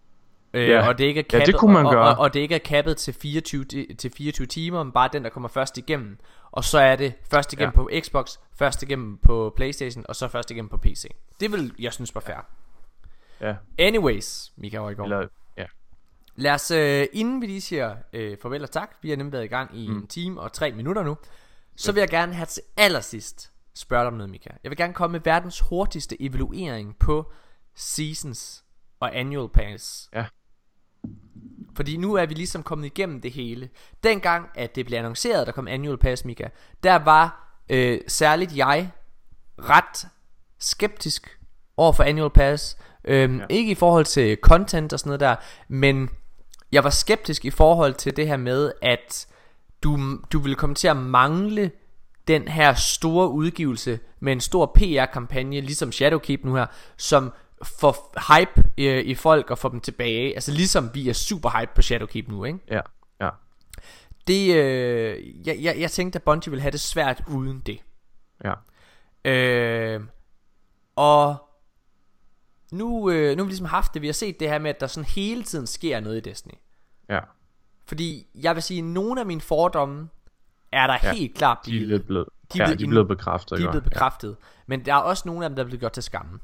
Og det ikke er kappet, det kunne man gøre. Og det ikke er kappet til 24 timer, men bare den der kommer først igennem. Og så er det først igennem på Xbox, først igennem på PlayStation, og så først igennem på PC. Det vil jeg synes var fair. Ja. Anyways, Michael Højgaard. Eller, Lad os, inden vi lige siger farvel og tak, vi har nemlig været i gang i en time og 3 minutter nu, så vil jeg gerne have til allersidst spørge dig om noget, Michael. Jeg vil gerne komme med verdens hurtigste evaluering på Seasons og Annual Pass. Ja. Fordi nu er vi ligesom kommet igennem det hele. Dengang at det blev annonceret, der kom Annual Pass, Mika, der var særligt jeg ret skeptisk over for Annual Pass. Ikke i forhold til content og sådan noget der, men jeg var skeptisk i forhold til det her med, at du ville komme til at mangle den her store udgivelse med en stor PR-kampagne, ligesom Shadowkeep nu her, som får hype i folk og får dem tilbage. Altså ligesom vi er super hype på Shadowkeep nu, ikke? Ja. Det, jeg tænkte, at Bungie ville have det svært uden det. Ja. Og nu har vi ligesom haft det. Vi har set det her med, at der sådan hele tiden sker noget i Destiny. Ja. Fordi jeg vil sige, at nogle af mine fordomme er der helt klart de er blevet bekræftet. De er blevet bekræftet. Men der er også nogle af dem, der er blevet gjort til skamme.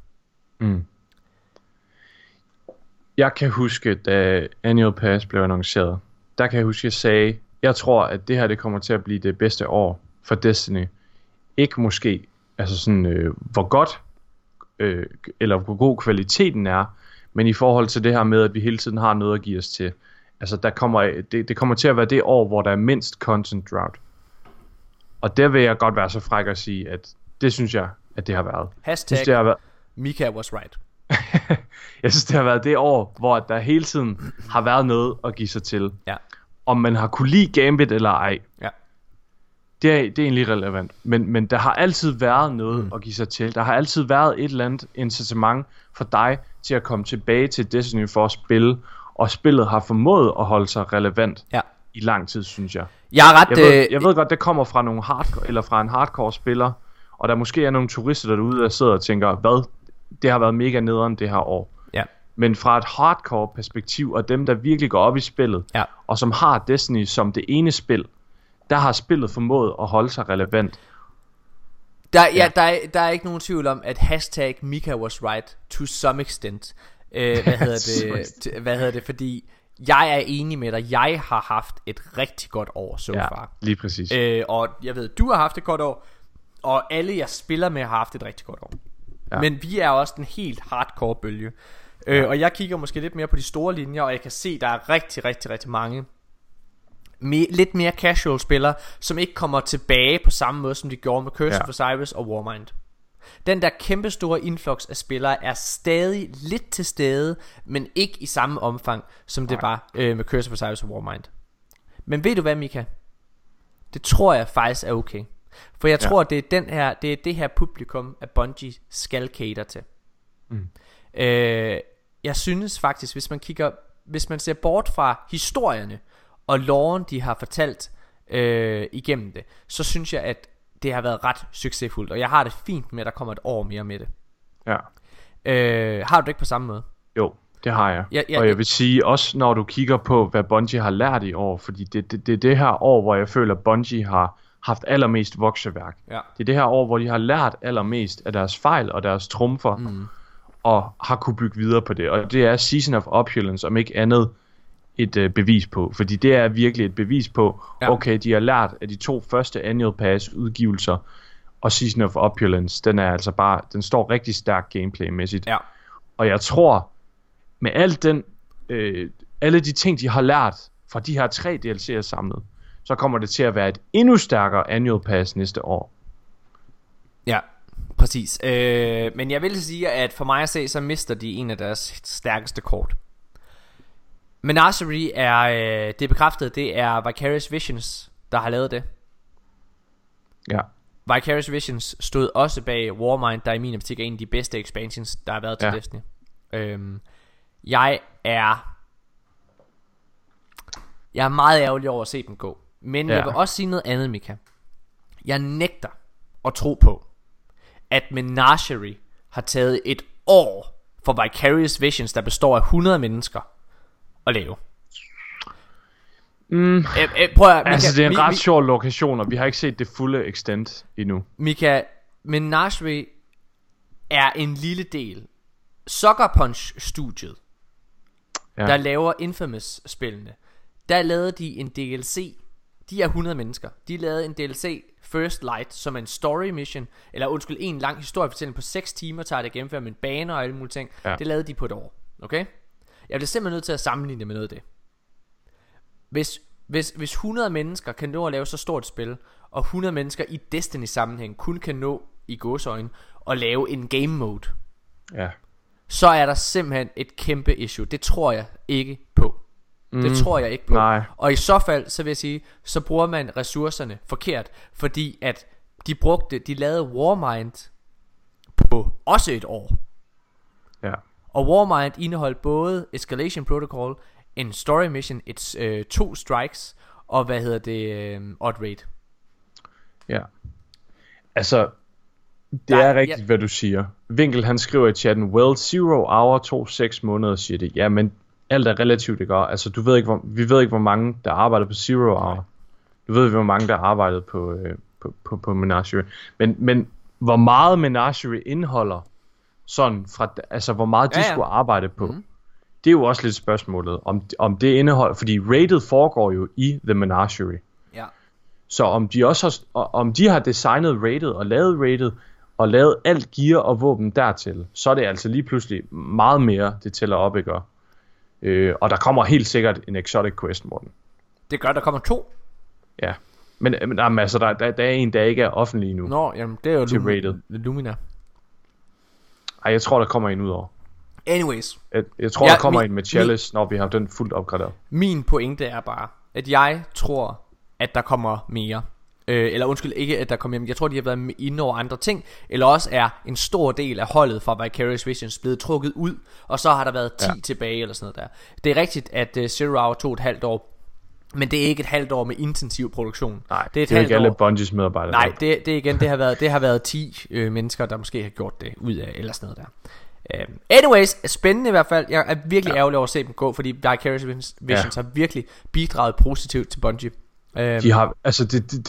Jeg kan huske, da Annual Pass blev annonceret, der kan jeg huske, at jeg sagde, jeg tror, at det her det kommer til at blive det bedste år for Destiny. Ikke måske, altså sådan, hvor godt eller hvor god kvaliteten er, men i forhold til det her med, at vi hele tiden har noget at give os til. Altså det kommer til at være det år, hvor der er mindst content drought. Og der vil jeg godt være så fræk at sige, at det synes jeg, at det har været. Hashtag Mika was right. Jeg synes, det har været det år, hvor der hele tiden har været noget at give sig til. Ja. Om man har kunne lide Gambit eller ej. Ja. Det er egentlig relevant. Men der har altid været noget at give sig til. Der har altid været et eller andet incitament for dig til at komme tilbage til Destiny for at spille. Og spillet har formået at holde sig relevant i lang tid, synes jeg. Jeg ved godt, det kommer fra nogle hardcore, eller fra en hardcore spiller. Og der måske er nogle turister derude, der sidder og tænker, hvad? Det har været mega nederen det her år. Ja. Men fra et hardcore perspektiv, og dem der virkelig går op i spillet, og som har Destiny som det ene spil, der har spillet formået at holde sig relevant. Der er ikke nogen tvivl om, at hashtag Mika was right to some extent. Hvad hedder det? Fordi jeg er enig med dig. Jeg har haft et rigtig godt år so far. Lige præcis. Og jeg ved, du har haft et godt år, og alle jeg spiller med har haft et rigtig godt år. Ja. Men vi er også den helt hardcore bølge. Og jeg kigger måske lidt mere på de store linjer, og jeg kan se, der er rigtig, rigtig, rigtig mange lidt mere casual spillere, som ikke kommer tilbage på samme måde, som de gjorde med Curse of Osiris og Warmind. Den der kæmpe store influx af spillere er stadig lidt til stede, men ikke i samme omfang, som det var med Curse of Osiris og Warmind. Men ved du hvad, Mika? Det tror jeg faktisk er okay. For jeg tror, det er det her publikum, at Bungie skal cater til. Jeg synes faktisk, hvis man ser bort fra historierne og loven, de har fortalt igennem det, så synes jeg, at det har været ret succesfuldt. Og jeg har det fint med, at der kommer et år mere med det. Ja. Har du det ikke på samme måde? Jo, det har jeg. Og jeg vil sige, også når du kigger på, hvad Bungie har lært i år, fordi det er det her år, hvor jeg føler, at Bungie har haft allermest vokseværk. Det er det her år, hvor de har lært allermest af deres fejl og deres trumfer, og har kunne bygge videre på det. Og det er Season of Opulence, om ikke andet et bevis på. Fordi det er virkelig et bevis på, okay, de har lært af de 2 første Annual Pass udgivelser, og Season of Opulence, den er altså bare, den står rigtig stærkt gameplaymæssigt. Og jeg tror, med alle de ting, de har lært fra de her 3 DLC'er samlet, så kommer det til at være et endnu stærkere Annual Pass næste år. Ja, præcis. Men jeg vil sige, at for mig at se, så mister de en af deres stærkeste kort. Menagerie det er bekræftet, det er Vicarious Visions, der har lavet det. Ja. Vicarious Visions stod også bag Warmind, der i min optik er en af de bedste expansions, der har været til Destiny. Jeg er meget ærgerlig over at se dem gå. Men jeg vil også sige noget andet, Mika. Jeg nægter at tro på, at Menagerie har taget et år for Vicarious Visions, der består af 100 mennesker, at lave. Prøv at, altså det er en ret sjov lokation, og vi har ikke set det fulde extent endnu. Mika, Menagerie er en lille del. Sucker Punch-studiet, der laver Infamous-spillene, der lavede de en DLC. De er 100 mennesker. De lavede en DLC, First Light, som er en story mission, eller undskyld, en lang historiefortælling på 6 timer, tager det at gennemføre med en baner og alle mulige ting. Det lavede de på et år. Okay? Jeg bliver simpelthen nødt til at sammenligne det med noget af det. Hvis 100 mennesker kan nå at lave så stort et spil, og 100 mennesker i Destiny sammenhæng kun kan nå i gåseøjne at lave en game mode, så er der simpelthen et kæmpe issue. Det tror jeg ikke på. Det tror jeg ikke på. Nej. Og i så fald, så vil jeg sige, så bruger man ressourcerne forkert, fordi at de lavede Warmind på også et år. Ja. Og Warmind indeholdt både Escalation Protocol, en story mission, 2 strikes, og odd raid. Ja. Altså, det er rigtigt, hvad du siger. Winkel, han skriver i chatten, well, 0 hour tog 6 måneder, siger det. Ja, men alt er relativt, ikke? Altså, vi ved ikke, hvor mange, der arbejder på 0 hour. Du ved ikke, hvor mange, der arbejder på Menagerie. Men hvor meget Menagerie indeholder, sådan fra, altså, hvor meget de skulle arbejde på, det er jo også lidt spørgsmålet, om det indeholder, fordi rated foregår jo i The Menagerie. Ja. Så om de har designet rated og lavet rated, og lavet alt gear og våben dertil, så er det altså lige pludselig meget mere, det tæller op, ikke? Og der kommer helt sikkert en exotic quest, Morten. Det gør, der kommer 2. Ja. Men altså, der er en, der ikke er offentlig nu. Nå, jamen det er jo til rated. Lumina. Ej, jeg tror, der kommer en ud over. Anyways. Jeg tror, der kommer en med Chalice, når vi har den fuldt opgraderet. Min pointe er bare, at jeg tror, at der kommer mere. Eller undskyld, ikke at der kommer mere, men jeg tror, de har været inde over andre ting. Eller også er en stor del af holdet fra Vicarious Visions blevet trukket ud, og så har der været 10 tilbage eller sådan noget der. Det er rigtigt, at Zero Hour tog et halvt år, men det er ikke et halvt år med intensiv produktion. Nej, det er ikke alle Bungies medarbejdere. Nej, det igen, det har været 10 mennesker, der måske har gjort det ud af, eller sådan noget der. Anyways, spændende i hvert fald. Jeg er virkelig ærgerlig over at se dem gå, fordi Vicarious Visions har virkelig bidraget positivt til Bungie. De har, altså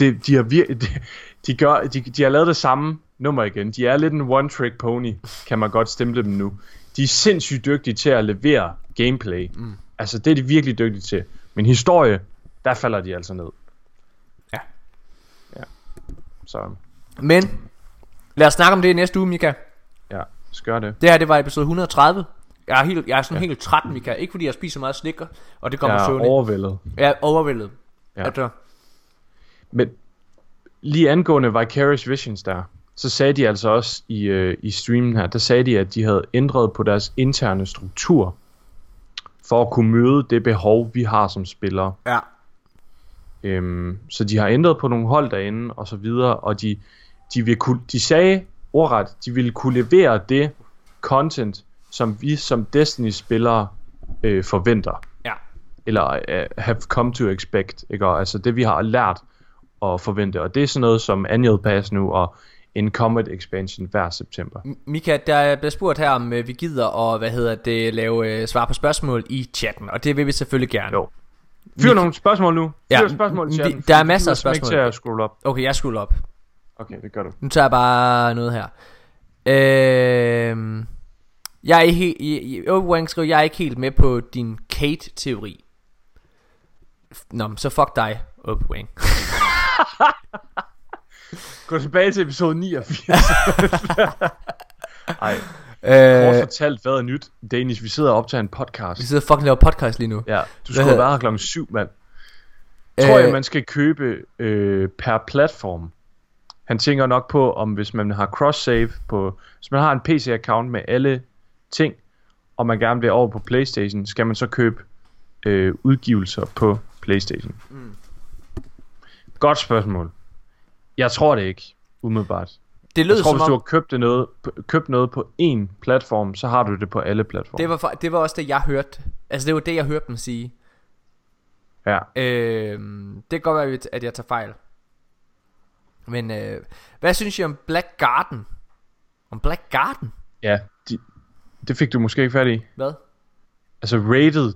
de har lavet det samme nummer igen. De er lidt en one trick pony, kan man godt stemple dem nu. De er sindssygt dygtige til at levere gameplay. Altså det er de virkelig dygtige til. Men historie, der falder de altså ned. Ja. Så. Men lad os snakke om det i næste uge, Mika. Ja, skør det. Det her, det var episode 130. Jeg er sådan helt træt, Mika. Ikke fordi jeg spiser meget slikker, og det kommer søvn. Jeg er overvældet. Ja, overvældet. Ja. Altså. Men lige angående Vicarious Visions der, så sagde de altså også i streamen her, der sagde de, at de havde ændret på deres interne struktur for at kunne møde det behov, vi har som spillere. Ja. Så de har ændret på nogle hold derinde og så videre, og de sagde ordret, de ville kunne levere det content, som vi som Destiny-spillere forventer. Ja. Eller have come to expect, ikke? Altså det vi har lært at forvente. Og det er sådan noget som Annual Pass nu og en Comet Expansion hver september. Mika, der bliver spurgt her om vi gider at lave svar på spørgsmål i chatten. Og det vil vi selvfølgelig gerne. Jo. Fyr nogle spørgsmål nu. Fyr spørgsmål i chatten. Der er masser af spørgsmål. Ikke til at scroll op. Okay, jeg scroller op. Okay, det gør du. Nu tager jeg bare noget her. Jeg er jeg er ikke helt med på din Kate-teori. Nå, så fuck dig, Overwang. Gå tilbage til episode 89. Ej. Kort fortalt, hvad er nyt? Danish, vi sidder og optager en podcast. Vi sidder og fucking laver podcast lige nu. Ja, du skulle være her klokken 7, mand. Tror jeg, man skal købe per platform. Han tænker nok på, om hvis man har cross-save på... Hvis man har en PC-account med alle ting, og man gerne vil over på PlayStation, skal man så købe udgivelser på PlayStation. Godt spørgsmål. Jeg tror det ikke, umiddelbart. Det lød jeg tror, som hvis du har købt noget på én platform, så har du det på alle platforme. Det var også det, jeg hørte. Altså det var det, jeg hørte dem sige. Ja. Det kan godt være, at jeg tager fejl. Men hvad synes I om Black Garden? Om Black Garden? Ja, det fik du måske ikke fat i. Hvad? altså rated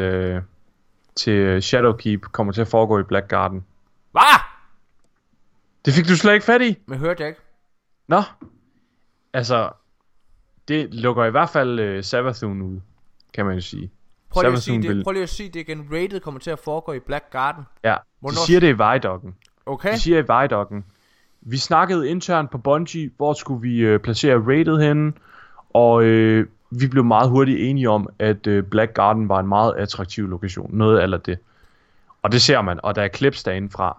til Shadowkeep kommer til at foregå i Blackgarden. Hvad? Det fik du slet ikke fat i? Men hørte jeg ikke. Nå. Altså, det lukker i hvert fald Savathun ud, kan man jo sige. Prøv lige at sige det igen. Rated kommer til at foregå i Blackgarden. Ja, Hvornår? de siger det i Vidocken. Okay. De siger i Vidocken. Vi snakkede internt på Bungie, hvor skulle vi placere rated henne, og vi blev meget hurtigt enige om, at Blackgarden var en meget attraktiv lokation. Noget eller det. Og det ser man, og der er clips derinde fra.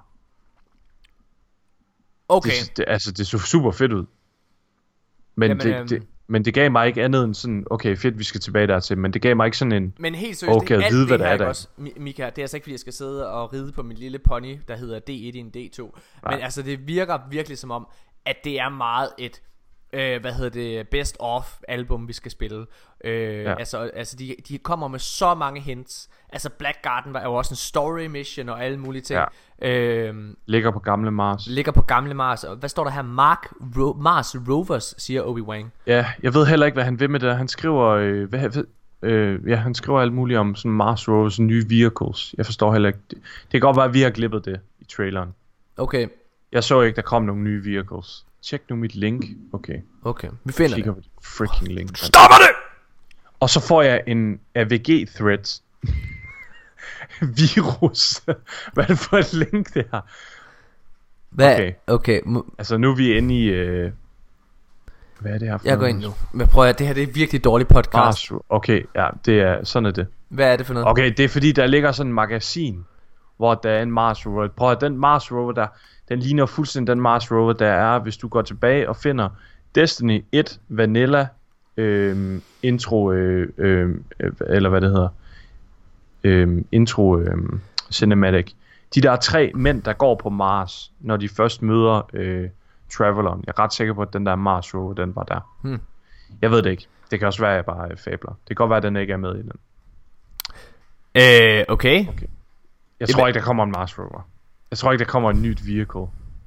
Okay. Det så super fedt ud. Men, Jamen, men det gav mig ikke andet end sådan, okay fedt, vi skal tilbage dertil, men det gav mig ikke sådan en, men helt seriøst, okay, det, at vide, hvad det der er der. også, Mika, det er altså ikke fordi jeg skal sidde og ride på min lille pony, der hedder D1 i en D2. Nej. Men altså det virker virkelig som om, at det er meget et best of album vi skal spille. Ja. Altså de kommer med så mange hints. Altså Blackgarden var jo også en story mission og alle mulige ting. Ja. Ligger på gamle Mars. Ligger på gamle Mars. Og hvad står der her? Mars Rovers, siger Obi-Wan. Ja, jeg ved heller ikke hvad han vil med det. Han skriver han skriver alt muligt om sådan Mars Rovers nye vehicles. Jeg forstår heller ikke. Det kan godt være at vi har glippet det i traileren. Okay. Jeg så ikke der kom nogle nye vehicles. Tjek nu mit link. Okay, vi finder det. på det freaking link. Stopper det! Og så får jeg en AVG thread virus. Hvad er det for et link det her? Hvad? Okay. Altså nu er vi inde i hvad er det her for jeg går ind nu. Men prøv at det her det er virkelig dårlig podcast. Okay, ja, det er sådan er det. Hvad er det for noget? Okay, det er fordi der ligger sådan en magasin, hvor der er en Mars rover. Prøv at den Mars rover der, den ligner fuldstændig den Mars rover der er, hvis du går tilbage og finder Destiny 1 Vanilla intro eller hvad det hedder. Intro cinematic. De der 3 mænd der går på Mars, når de først møder Traveleren. Jeg er ret sikker på at den der Mars rover, den var der. Jeg ved det ikke. Det kan også være at jeg bare fabler. Det kan godt være at den ikke er med i den. Okay. Jeg tror ikke der kommer en Mars rover. Jeg tror ikke der kommer en nyt vehicle.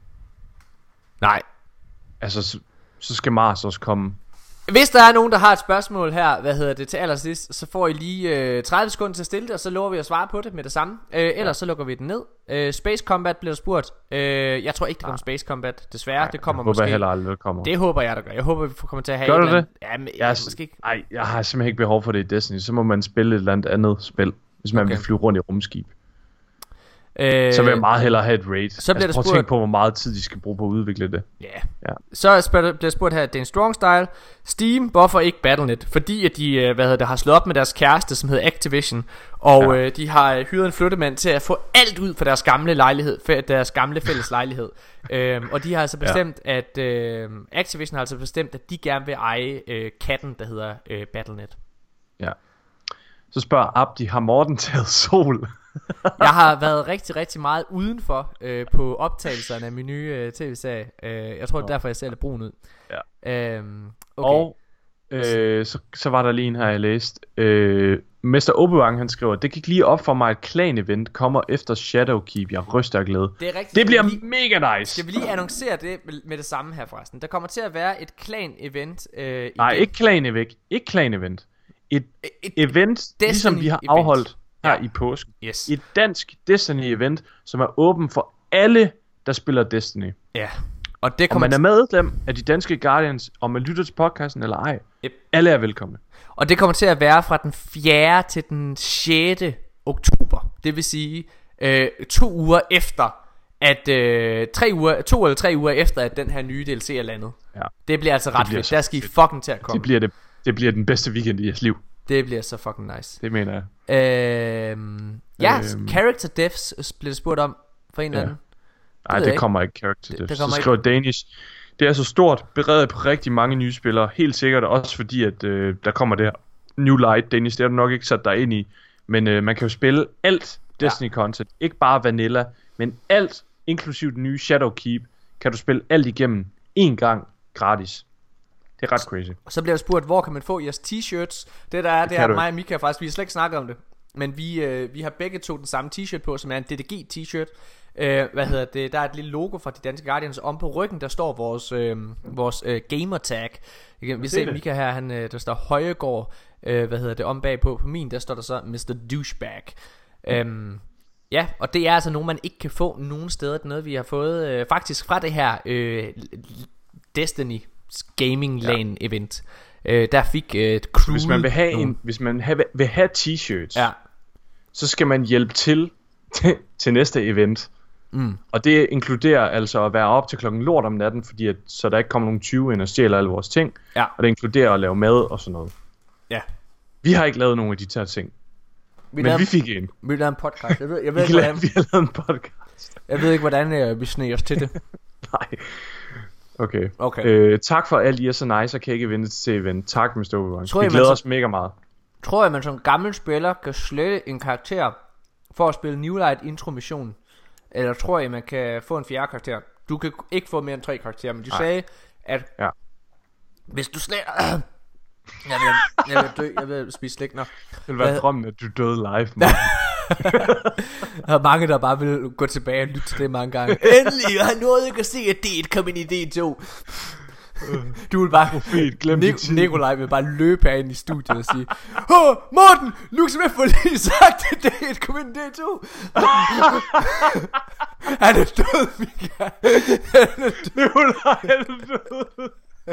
Nej. Altså så skal Mars også komme. Hvis der er nogen der har et spørgsmål her, til allersidst, så får I lige 30 sekunder til at stille det, og så lover vi at svare på det med det samme. Ellers så lukker vi den ned. Space Combat bliver der spurgt. Jeg tror ikke der kommer Space Combat, desværre. Nej, det kommer måske. Jeg heller aldrig kommer. Det håber jeg der gør. Jeg håber vi kommer til at have. Gør du det? Ja, men, måske ikke. Nej, jeg har simpelthen ikke behov for det i Destiny. Så må man spille et eller andet spil, hvis man vil flyve rundt i rumskib. Så vil jeg meget hellere have et raid. Så bliver prøv at tænke på hvor meget tid de skal bruge på at udvikle det. Ja. Så bliver spurgt her, det er en strong style. Steam, hvorfor ikke Battle.net? Fordi at de har slået op med deres kæreste, som hedder Activision. Og de har hyret en flyttemand til at få alt ud for deres gamle lejlighed, deres gamle fælles lejlighed. Og de har altså bestemt at Activision har altså bestemt at de gerne vil eje katten, der hedder Battle.net. Ja. Så spørger Abdi, har Morten taget sol? Jeg har været rigtig, rigtig meget udenfor på optagelserne af min nye tv-serie. Jeg tror det er derfor jeg ser lidt brun ud. Ja. Okay. Og så var der lige en her jeg læste. Mester Obi-Wan han skriver, det gik lige op for mig at klan-event kommer efter Shadowkeep. Jeg ryster af glæde. Det er rigtigt. Det bliver mega nice. Skal vi lige annoncere det med det samme her forresten? Der kommer til at være et klan-event. Nej, ikke klan-event. Ikke klan-event. Et event, ligesom vi har afholdt her i påsken. Yes. Et dansk Destiny-event, som er åben for alle, der spiller Destiny. Ja. Og det om man er medlem af de danske Guardians, om man lytter til podcasten eller ej, alle er velkomne. Og det kommer til at være fra den 4. til den 6. oktober. Det vil sige 2 uger efter at 2 eller 3 uger efter at den her nye DLC er landet. Ja. Det bliver altså ret fedt. Der skal I fucking til at komme. Det bliver den bedste weekend i jeres liv. Det bliver så fucking nice. Det mener jeg. Character deaths blev det spurgt om for en eller anden. Nej, det kommer ikke character deaths. Så skriver Danish. Det er så stort, beredet på rigtig mange nye spillere. Helt sikkert også fordi at der kommer det her New Light. Danish, det har du nok ikke sat dig ind i. Men man kan jo spille alt Destiny content. Ikke bare Vanilla, men alt, inklusive den nye Shadowkeep, kan du spille alt igennem en gang gratis. Det er ret crazy. Og så bliver der spurgt, hvor kan man få jeres t-shirts? Det er mig og Mika faktisk. Vi har slet ikke snakket om det. Men vi har begge to den samme t-shirt på, som er en DDG t-shirt. Hvad hedder det? Der er et lille logo fra de danske Guardians. Om på ryggen der står vores gamertag. Vi ser Mika her, der står Højegård. Hvad hedder det? Om bagpå. På min der står der så Mr. Douchebag. Ja, og det er altså noget man ikke kan få nogen steder. Det er noget vi har fået faktisk fra det her Destiny Gaming Lane event. Der fik crew. Hvis man vil have t-shirts, så skal man hjælpe til næste event. Og det inkluderer altså at være op til klokken lort om natten, fordi så der ikke kommer nogen 20 ind og stjæler alle vores ting. Og det inkluderer at lave mad og sådan noget. Vi har ikke lavet nogen af de her ting. Vi fik en. Vi lavede en podcast. Jeg ved ikke, hvordan vi har lavet en podcast. Jeg ved ikke hvordan vi sneger os til det. Nej. Okay. Tak for alt I er så nice og kan ikke vente til event. Tak Mr. Overwatch. Vi glæder os mega meget. Tror jeg man som gammel spiller kan slette en karakter for at spille New Light intro mission? Eller tror jeg man kan få en 4. karakter? Du kan ikke få mere end 3 karakterer. Men du sagde at hvis du sletter jeg vil dø. Jeg vil spise slik nok. Det vil være drømmen at du døde live. Der er mange der bare vil gå tilbage og lytte til det mange gange. Endelig jeg har noget jeg kan se at D1 kom ind i D2. Du vil bare Nikolaj vil bare løbe herinde i studiet og sige Morten, Lukas med for lige sagt at D1 kom ind i D2. Han er død, Mika. Nikolaj er død.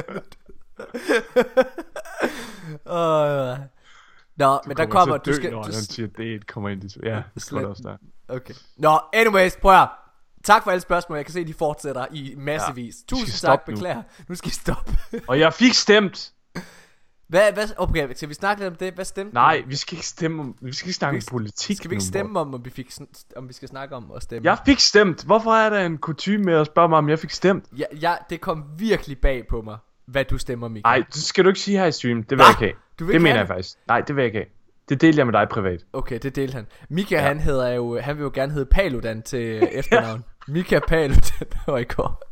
Nå, men der kommer du skal når han siger det kommer ind i ja, det skal også der. Okay. Nå, anyways, prøv at tak for alle spørgsmål. Jeg kan se de fortsætter i massevis. Tusind tak, beklager. Nu skal I stoppe. Og jeg fik stemt. Hvad okay, skal vi snakke lidt om det? Hvad stemte Nej, vi skal ikke stemme om, vi skal ikke snakke om politik. Skal vi ikke stemme om vi skal snakke om at stemme? Jeg fik stemt. Hvorfor er der en kutyme med at spørge mig om jeg fik stemt? Ja, det kom virkelig bag på mig. Hvad du stemmer, Mika. Nej, det skal du ikke sige her i stream. Det vil jeg ikke have. Det mener jeg faktisk. Nej, det vil jeg ikke have. Det delte jeg med dig privat. Okay, det delte han. Mika han vil jo gerne hedde Paludan til efternavn. Mika Paludan Højgaard.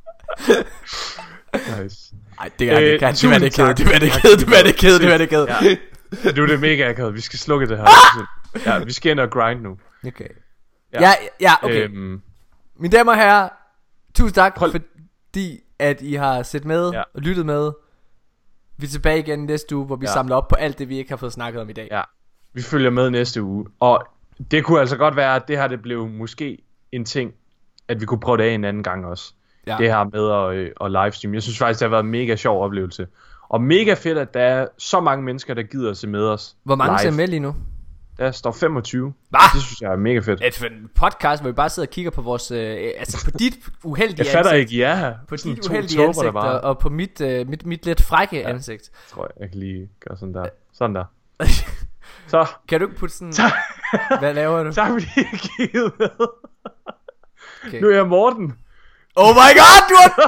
Nice. Ej, det var det kede. Du er det mega akavet. Vi skal slukke det her. Ja, vi skal ind og grind nu. Okay. Ja, okay. Mine damer og herrer, tusind tak fordi at I har set med og lyttet med. Vi er tilbage igen næste uge, hvor vi samler op på alt det vi ikke har fået snakket om i dag. Ja, vi følger med næste uge. Og det kunne altså godt være at det her det blev måske en ting at vi kunne prøve det af en anden gang også. Det her med at livestream. Jeg synes faktisk det har været en mega sjov oplevelse. Og mega fedt at der er så mange mennesker der gider at se med os. Hvor mange ser med lige nu? Der står 25. Det synes jeg er mega fedt. Et podcast hvor vi bare sidder og kigger på vores altså på dit uheldige ansigt. Jeg fatter ikke her. På dit uheldige ansigt og på mit lidt frække ansigt. Jeg tror jeg kan lige gøre sådan der. Sådan der. Så kan du ikke putte sådan hvad laver du? Tak fordi jeg kiggede med. Okay. Nu er jeg Morten. Oh my god, du har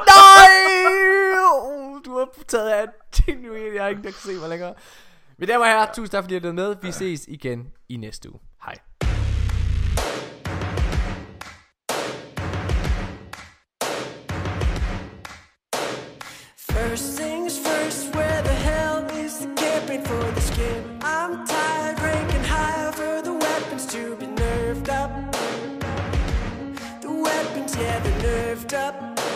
du har taget af ting nu. Jeg har ikke der kan se mig længere. Men der var her. Tusind tak fordi I er med. Vi ses igen i næste uge. Hej. First things first, where the hell is the camping for the skin? I'm tired, ranking higher for the weapons to be nerfed up. The weapons, yeah, they're nerfed up.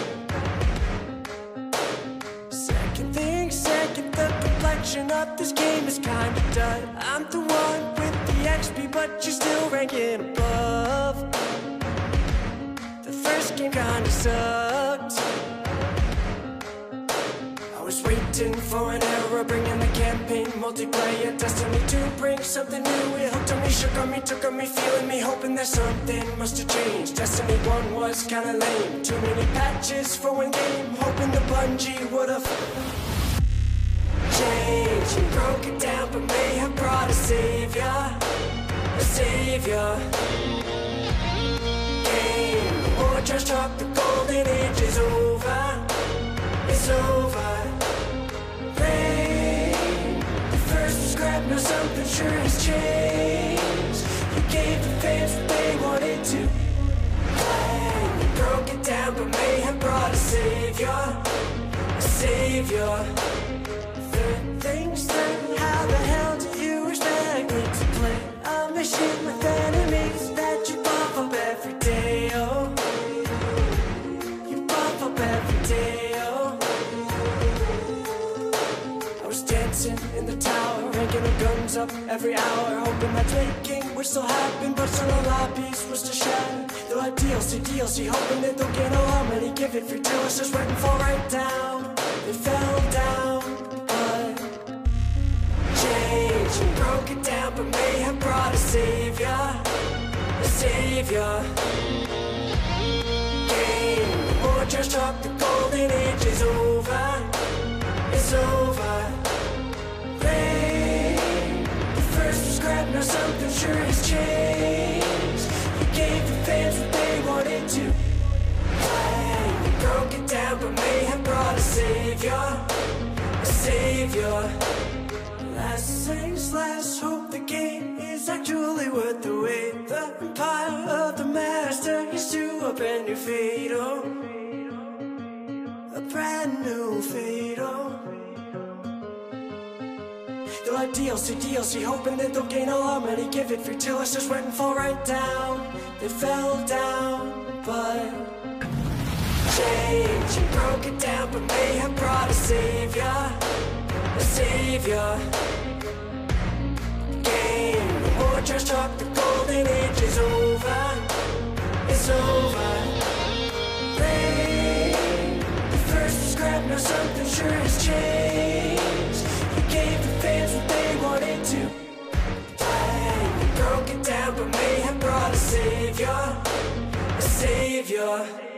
Second thing, second, the complexion of this game is kinda done. I'm the one with the XP, but you're still ranking above. The first game kinda sucked. I was waiting for an era, bringing the campaign multiplayer Destiny 2 bring something new. It hooked on me, shook on me, took on me, feeling me, hoping that something must have changed. Destiny 1 was kinda lame, too many patches for one game, hoping the Bungie would've changed. You broke it down, but may have brought a savior. A savior. Game, the war trash talk, the golden age is over. It's over. Rain, the first was scrap, now something sure has changed. You gave the fans what they wanted to play. You broke it down, but may have brought a savior. A savior. Third things then, how the hell do you expect me to play a mission with enemies that you pop up every day? Oh. stays up every hour, hoping that making would still happen, but still the lobbies was still shattered. They'll have DLC, hoping that they'll gain a lot of money, give it free till it's just waiting fall right down. It fell down, but change broke it down, but may have brought a savior, a savior. Game, war just struck, the golden age is over, it's over. Now something sure has changed. You gave the fans what they wanted to. You broke it down, but may have brought a savior, a savior. Last things last, hope the game is actually worth the wait. The empire of the master is to a brand new fatal, a brand new fatal. They'll have DLC, hoping that they'll gain a lot of money, give it free till it's just waiting fall right down. They fell down, but change broke it down, but may have brought a savior, a savior. Game, the war just struck, the golden age is over, it's over. Rain, the first was scrapped, now something sure has changed. Gave the fans what they wanted to. You broke it down, but may have brought a savior, a savior.